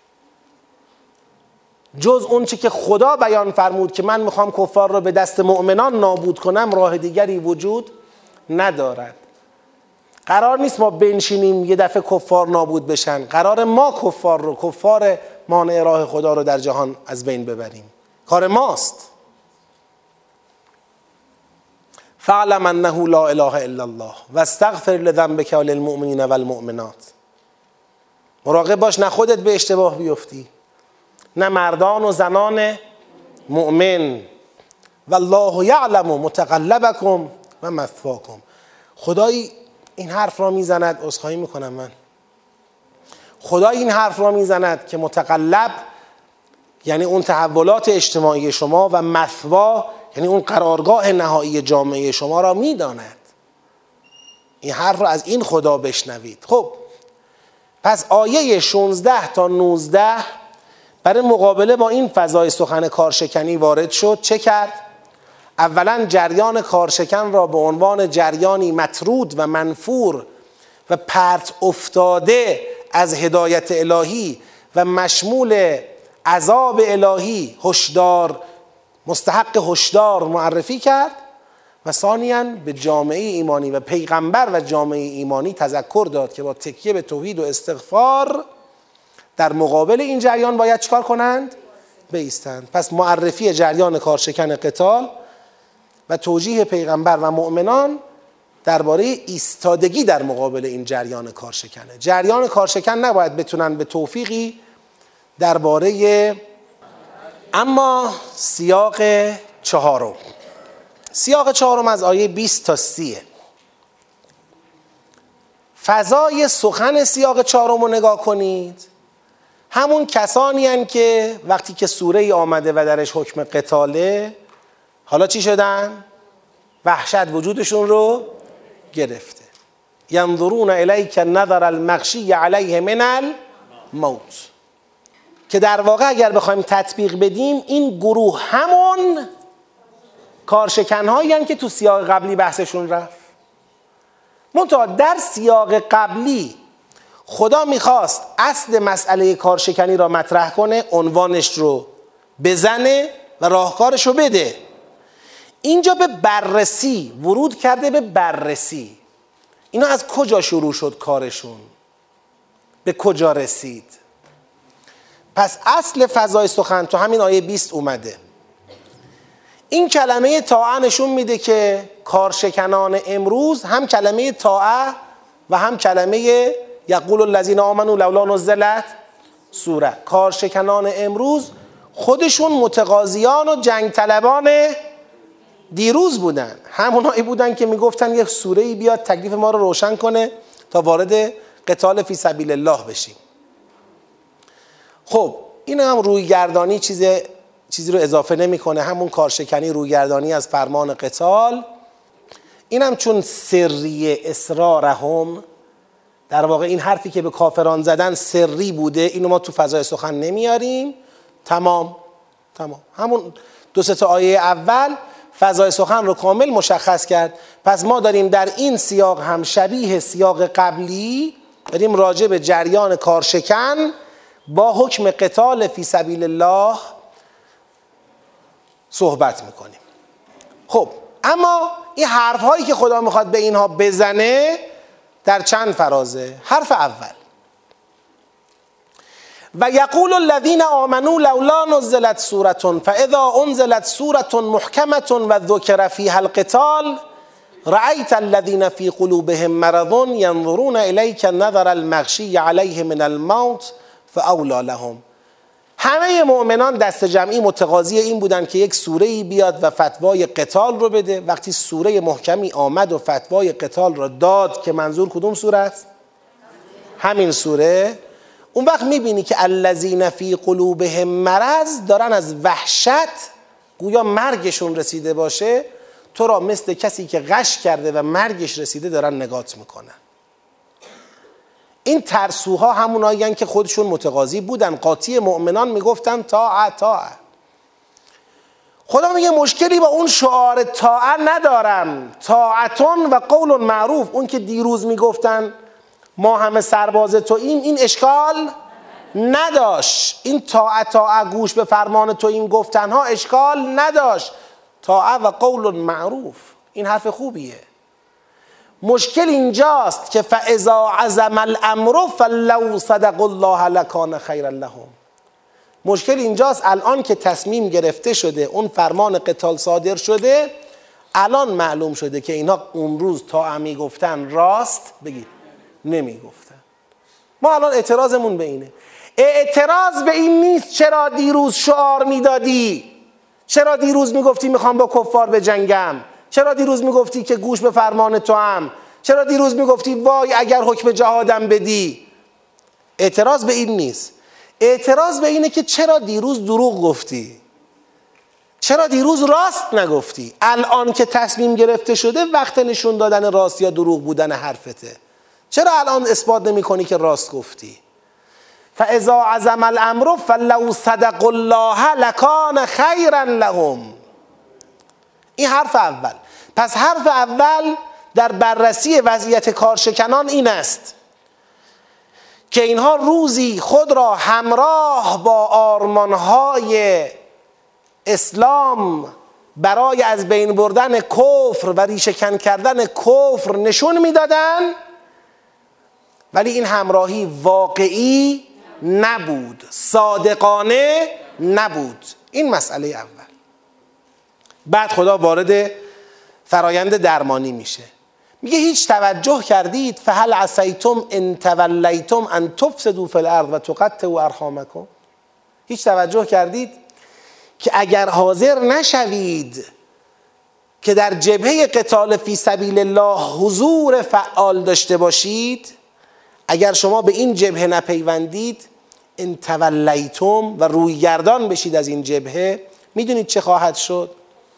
جز اون چی که خدا بیان فرمود که من میخوام کفار رو به دست مؤمنان نابود کنم، راه دیگری وجود ندارد. قرار نیست ما بنشینیم یه دفعه کفار نابود بشن، قرار ما کفار مانع راه خدا رو در جهان از بین ببریم، کار ماست. فاعلم انه لا اله الا الله واستغفر لذنبک وللمؤمنین والمؤمنات. مراقب باش نه خودت به اشتباه بیفتی، نه مردان و زنان مؤمن والله یعلم متقلبکم و مثواکم. خدای این حرف را میزند، عذرخواهی میکنم من، خدای این حرف را میزند که متقلب یعنی اون تحولات اجتماعی شما و مثوا یعنی اون قرارگاه نهایی جامعه شما را میداند. این حرف را از این خدا بشنوید. خب پس آیه 16 تا 19 برای مقابله با این فضای سخن کارشکنی وارد شد. چه کرد؟ اولا جریان کارشکن را به عنوان جریانی مطرود و منفور و پرت افتاده از هدایت الهی و مشمول عذاب الهی هشدار، مستحق هشدار معرفی کرد و ثانیاً به جامعه ایمانی و پیغمبر و جامعه ایمانی تذکر داد که با تکیه به توحید و استغفار در مقابل این جریان باید چکار کنند؟ بایستند. پس معرفی جریان کارشکن قتال و توجیه پیغمبر و مؤمنان درباره ایستادگی در مقابل این جریان کارشکنه. جریان کارشکن نباید بتونن به توفیقی درباره. اما سیاق چهارم، سیاق چهارم از آیه 20 تا 30. فضای سخن سیاق چهارم رو نگاه کنید. همون کسانی هستند که وقتی که سوره ای آمده و درش حکم قتاله، حالا چی شدن؟ وحشت وجودشون رو گرفته. ینظرون الیک نظر المغشی علیه من الموت. که در واقع اگر بخوایم تطبیق بدیم این گروه همون کارشکن‌هایی هستند که تو سیاق قبلی بحثشون رفت. منتها در سیاق قبلی خدا میخواست اصل مسئله کارشکنی را مطرح کنه، عنوانش رو بزنه و راهکارش رو بده. اینجا به بررسی ورود کرده. به بررسی اینا از کجا شروع شد کارشون، به کجا رسید. پس اصل فضای سخن تو همین آیه 20 اومده. این کلمه طاعه نشون میده که کارشکنان امروز هم کلمه طاعه و هم کلمه یقول الذین آمنوا لولا نزلت سوره، کارشکنان امروز خودشون متقاضیان و جنگ طلبان دیروز بودن. همونایی بودن که میگفتن یک سوره‌ای بیاد تکلیف ما رو روشن کنه تا وارد قتال فی سبیل الله بشیم. خب این هم رویگردانی چیزی رو اضافه نمیکنه، همون کارشکنی رویگردانی از فرمان قتال. این هم چون سری اسرارهم، در واقع این حرفی که به کافران زدن سری بوده، اینو ما تو فضای سخن نمیاریم. تمام. همون دو سه تا آیه اول فضای سخن رو کامل مشخص کرد. پس ما داریم در این سیاق هم شبیه سیاق قبلی داریم راجع به جریان کارشکن با حکم قتال فی سبیل الله صحبت میکنیم. خب اما این حرف هایی که خدا میخواد به اینها بزنه در چند فرازه. حرف اول و یقول الذین آمنوا لولا نزلت سورة فاذا انزلت سورة محکمة و ذکر فیها القتال رأیت الذین فی قلوبهم مرض ینظرون الیک نظر المغشی علیه من الموت فاولی لهم. همه مؤمنان دست جمعی متقاضی این بودن که یک سوره‌ای بیاد و فتوای قتال رو بده. وقتی سوره محکمی آمد و فتوای قتال رو داد که منظور کدوم سوره است؟ همین سوره. اون وقت میبینی که الذین فی قلوبهم مرض دارن از وحشت گویا مرگشون رسیده باشه تو را مثل کسی که غش کرده و مرگش رسیده دارن نگات میکنن. این ترسوها همونایی هستند که خودشون متقاضی بودن، قاطی مؤمنان میگفتن طاعه. خدا میگه مشکلی با اون شعار طاعه ندارم. طاعتون و قول معروف، اون که دیروز میگفتن ما همه سرباز توییم، این اشکال نداشت. این طاعه گوش به فرمان توییم گفتنها اشکال نداشت. طاعه و قول معروف این حرف خوبیه. مشکل اینجاست که فاذا عزم الامر فلو صدق الله لکان خیرا لهم. مشکل اینجاست الان که تصمیم گرفته شده، اون فرمان قتال صادر شده، الان معلوم شده که اینها اون روز تا میگفتن راست بگید نمیگفتن. ما الان اعتراضمون به اینه. اعتراض به این نیست چرا دیروز شعار میدادی، چرا دیروز میگفتی میخوام با کفار بجنگم؟ چرا دیروز میگفتی که گوش به فرمان تو هم؟ چرا دیروز میگفتی وای اگر حکم جهادم بدی؟ اعتراض به این نیست، اعتراض به اینه که چرا دیروز دروغ گفتی؟ چرا دیروز راست نگفتی؟ الان که تصمیم گرفته شده وقت نشون دادن راست یا دروغ بودن حرفته. چرا الان اثبات نمی کنی که راست گفتی؟ فاذا عزم الامر فلو صدقوا الله لکان خیرا لهم. این حرف اول. پس حرف اول در بررسی وضعیت کارشکنان این است که اینها روزی خود را همراه با آرمانهای اسلام برای از بین بردن کفر و ریشه‌کن کردن کفر نشون میدادن، ولی این همراهی واقعی نبود، صادقانه نبود. این مسئله اول. بعد خدا وارد فرایند درمانی میشه، میگه هیچ توجه کردید فهل عصیتم ان تولیتم ان تفسدوا فی الارض و تقطعوا ارحامکم؟ هیچ توجه کردید که اگر حاضر نشوید که در جبهه قتال فی سبیل الله حضور فعال داشته باشید، اگر شما به این جبهه نپیوندید، ان تولیتم و روی گردان بشید از این جبهه، میدونید چه خواهد شد؟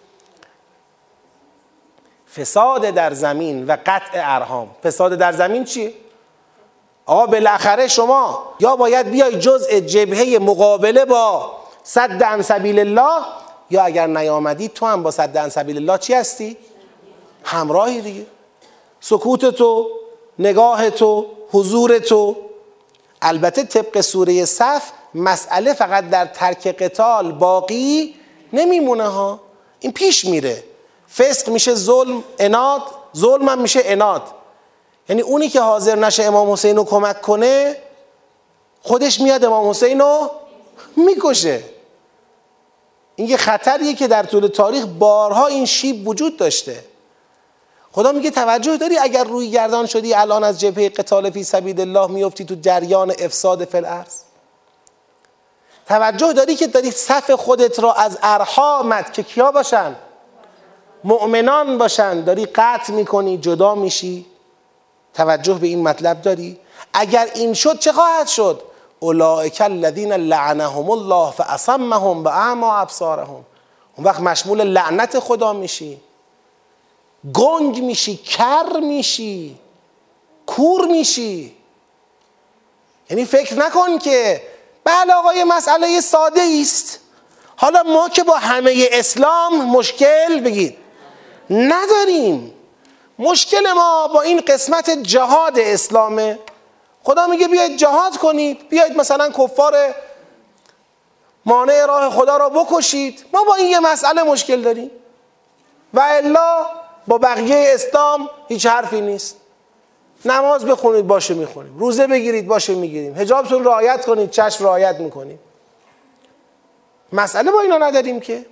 فساد در زمین و قطع ارحام. فساد در زمین چیه؟ آقا بالاخره شما یا باید بیای جزء جبهه مقابله با صد عن سبیل الله، یا اگر نیامدی تو هم با صد عن سبیل الله چی هستی؟ همراهی دیگه. سکوت تو، نگاه تو، حضور تو. البته طبق سوره صف مسئله فقط در ترک قتال باقی نمیمونه ها، این پیش میره. فسق میشه ظلم، عناد، ظلم هم میشه عناد. یعنی اونی که حاضر نشه امام حسین رو کمک کنه، خودش میاد امام حسین رو میکشه. این یه خطریه که در طول تاریخ بارها این شیب وجود داشته. خدا میگه توجه داری اگر روی گردان شدی الان از جبهه قتال فی سبیل الله میفتی تو جریان افساد فی الارض؟ توجه داری که داری صف خودت را از ارحامت که کیا باشن؟ مؤمنان باشن، داری قطع میکنی، جدا میشی؟ توجه به این مطلب داری؟ اگر این شد چه خواهد شد؟ اولئک الذین لعنهم الله فاصمهم و اعمی ابصارهم. اون وقت مشمول لعنت خدا میشی، گنگ میشی، کر میشی، کور میشی. یعنی فکر نکن که بله آقا یه مسئله ساده است، حالا ما که با همه اسلام مشکل بگید نداریم، مشکل ما با این قسمت جهاد اسلامه. خدا میگه بیاید جهاد کنید، بیاید مثلا کفار مانع راه خدا را بکشید، ما با این یه مسئله مشکل داریم، و الا با بقیه اسلام هیچ حرفی نیست. نماز بخونید باشه میخونیم، روزه بگیرید باشه میگیریم، حجابتون رعایت کنید چشم رعایت میکنیم، مسئله با اینا نداریم که.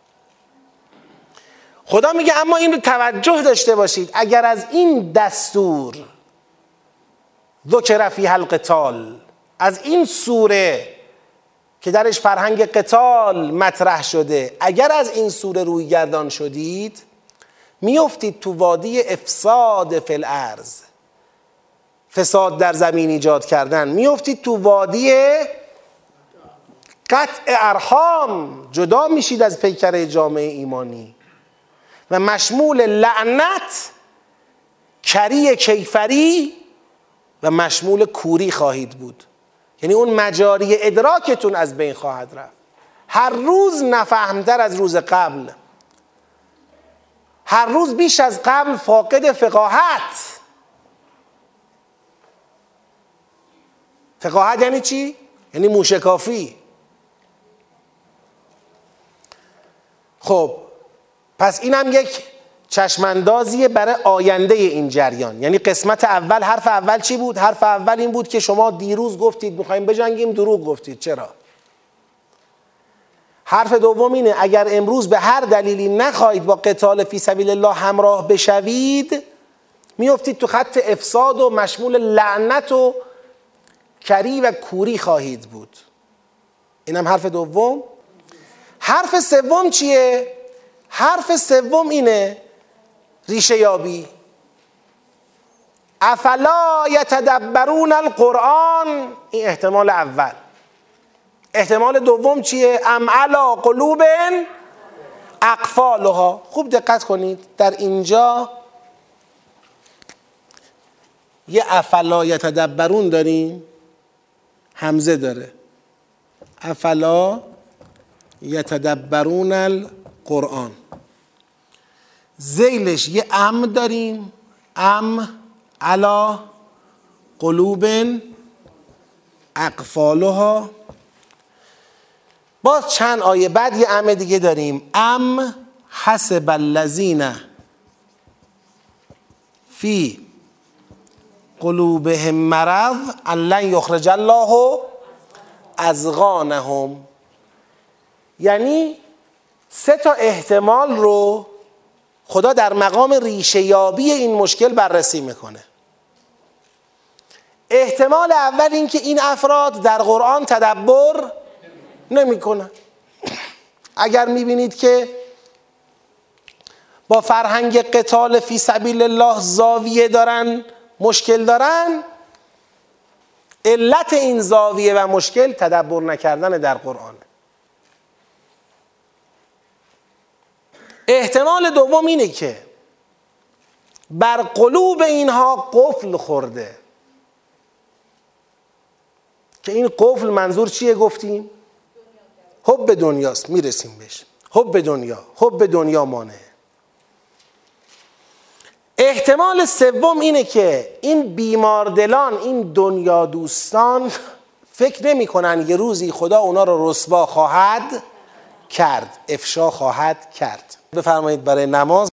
خدا میگه اما این رو توجه داشته باشید، اگر از این دستور ذکر فیها القتال، از این سوره که درش فرهنگ قتال مطرح شده، اگر از این سوره روی گردان شدید میافتید تو وادی افساد فی الارض، فساد در زمین ایجاد کردن، میافتید تو وادی قطع ارحام، جدا میشید از پیکره جامعه ایمانی و مشمول لعنت، کری کیفری و مشمول کوری خواهید بود. یعنی اون مجاری ادراکتون از بین خواهد رفت. هر روز نفهمتر از روز قبل، هر روز بیش از قبل فاقد فقاهت. فقاهت یعنی چی؟ یعنی موشکافی. خب پس اینم یک چشماندازیه برای آینده این جریان. یعنی قسمت اول، حرف اول چی بود؟ حرف اول این بود که شما دیروز گفتید میخوایم بجنگیم، دروغ گفتید. چرا؟ حرف دوم اینه اگر امروز به هر دلیلی نخواهید با قتال فی سبیل الله همراه بشوید، میافتید تو خط افساد و مشمول لعنت و کری و کوری خواهید بود. اینم حرف دوم. حرف سوم چیه؟ حرف سوم اینه، ریشه یابی. افلا یتدبرون القرآن، این احتمال اول. احتمال دوم چیه؟ ام علی قلوب اقفالها. خوب دقت کنید، در اینجا یه افلا یتدبرون داریم، همزه داره، افلا یتدبرون القرآن. ذیلش یه ام داریم، ام علی قلوب اقفالها. باز چند آیه بعد یه ام دیگه داریم، ام حسب الذین فی قلوبهم مرض ان لن یخرج الله اضغانهم. یعنی سه تا احتمال رو خدا در مقام ریشه یابی این مشکل بررسی میکنه. احتمال اول این که این افراد در قرآن تدبر نمیکنن. اگر میبینید که با فرهنگ قتال فی سبیل الله زاویه دارن، مشکل دارن، علت این زاویه و مشکل تدبر نکردن در قرآن. احتمال دوم اینه که بر قلوب اینها قفل خورده، که این قفل منظور چیه گفتیم؟ حب دنیاست، میرسیم بهش. حب دنیا مانعه. احتمال سوم اینه که این بیماردلان، این دنیا دوستان فکر نمی کنن یه روزی خدا اونا رو رسوا خواهد کرد، افشا خواهد کرد. بفرمایید برای نماز.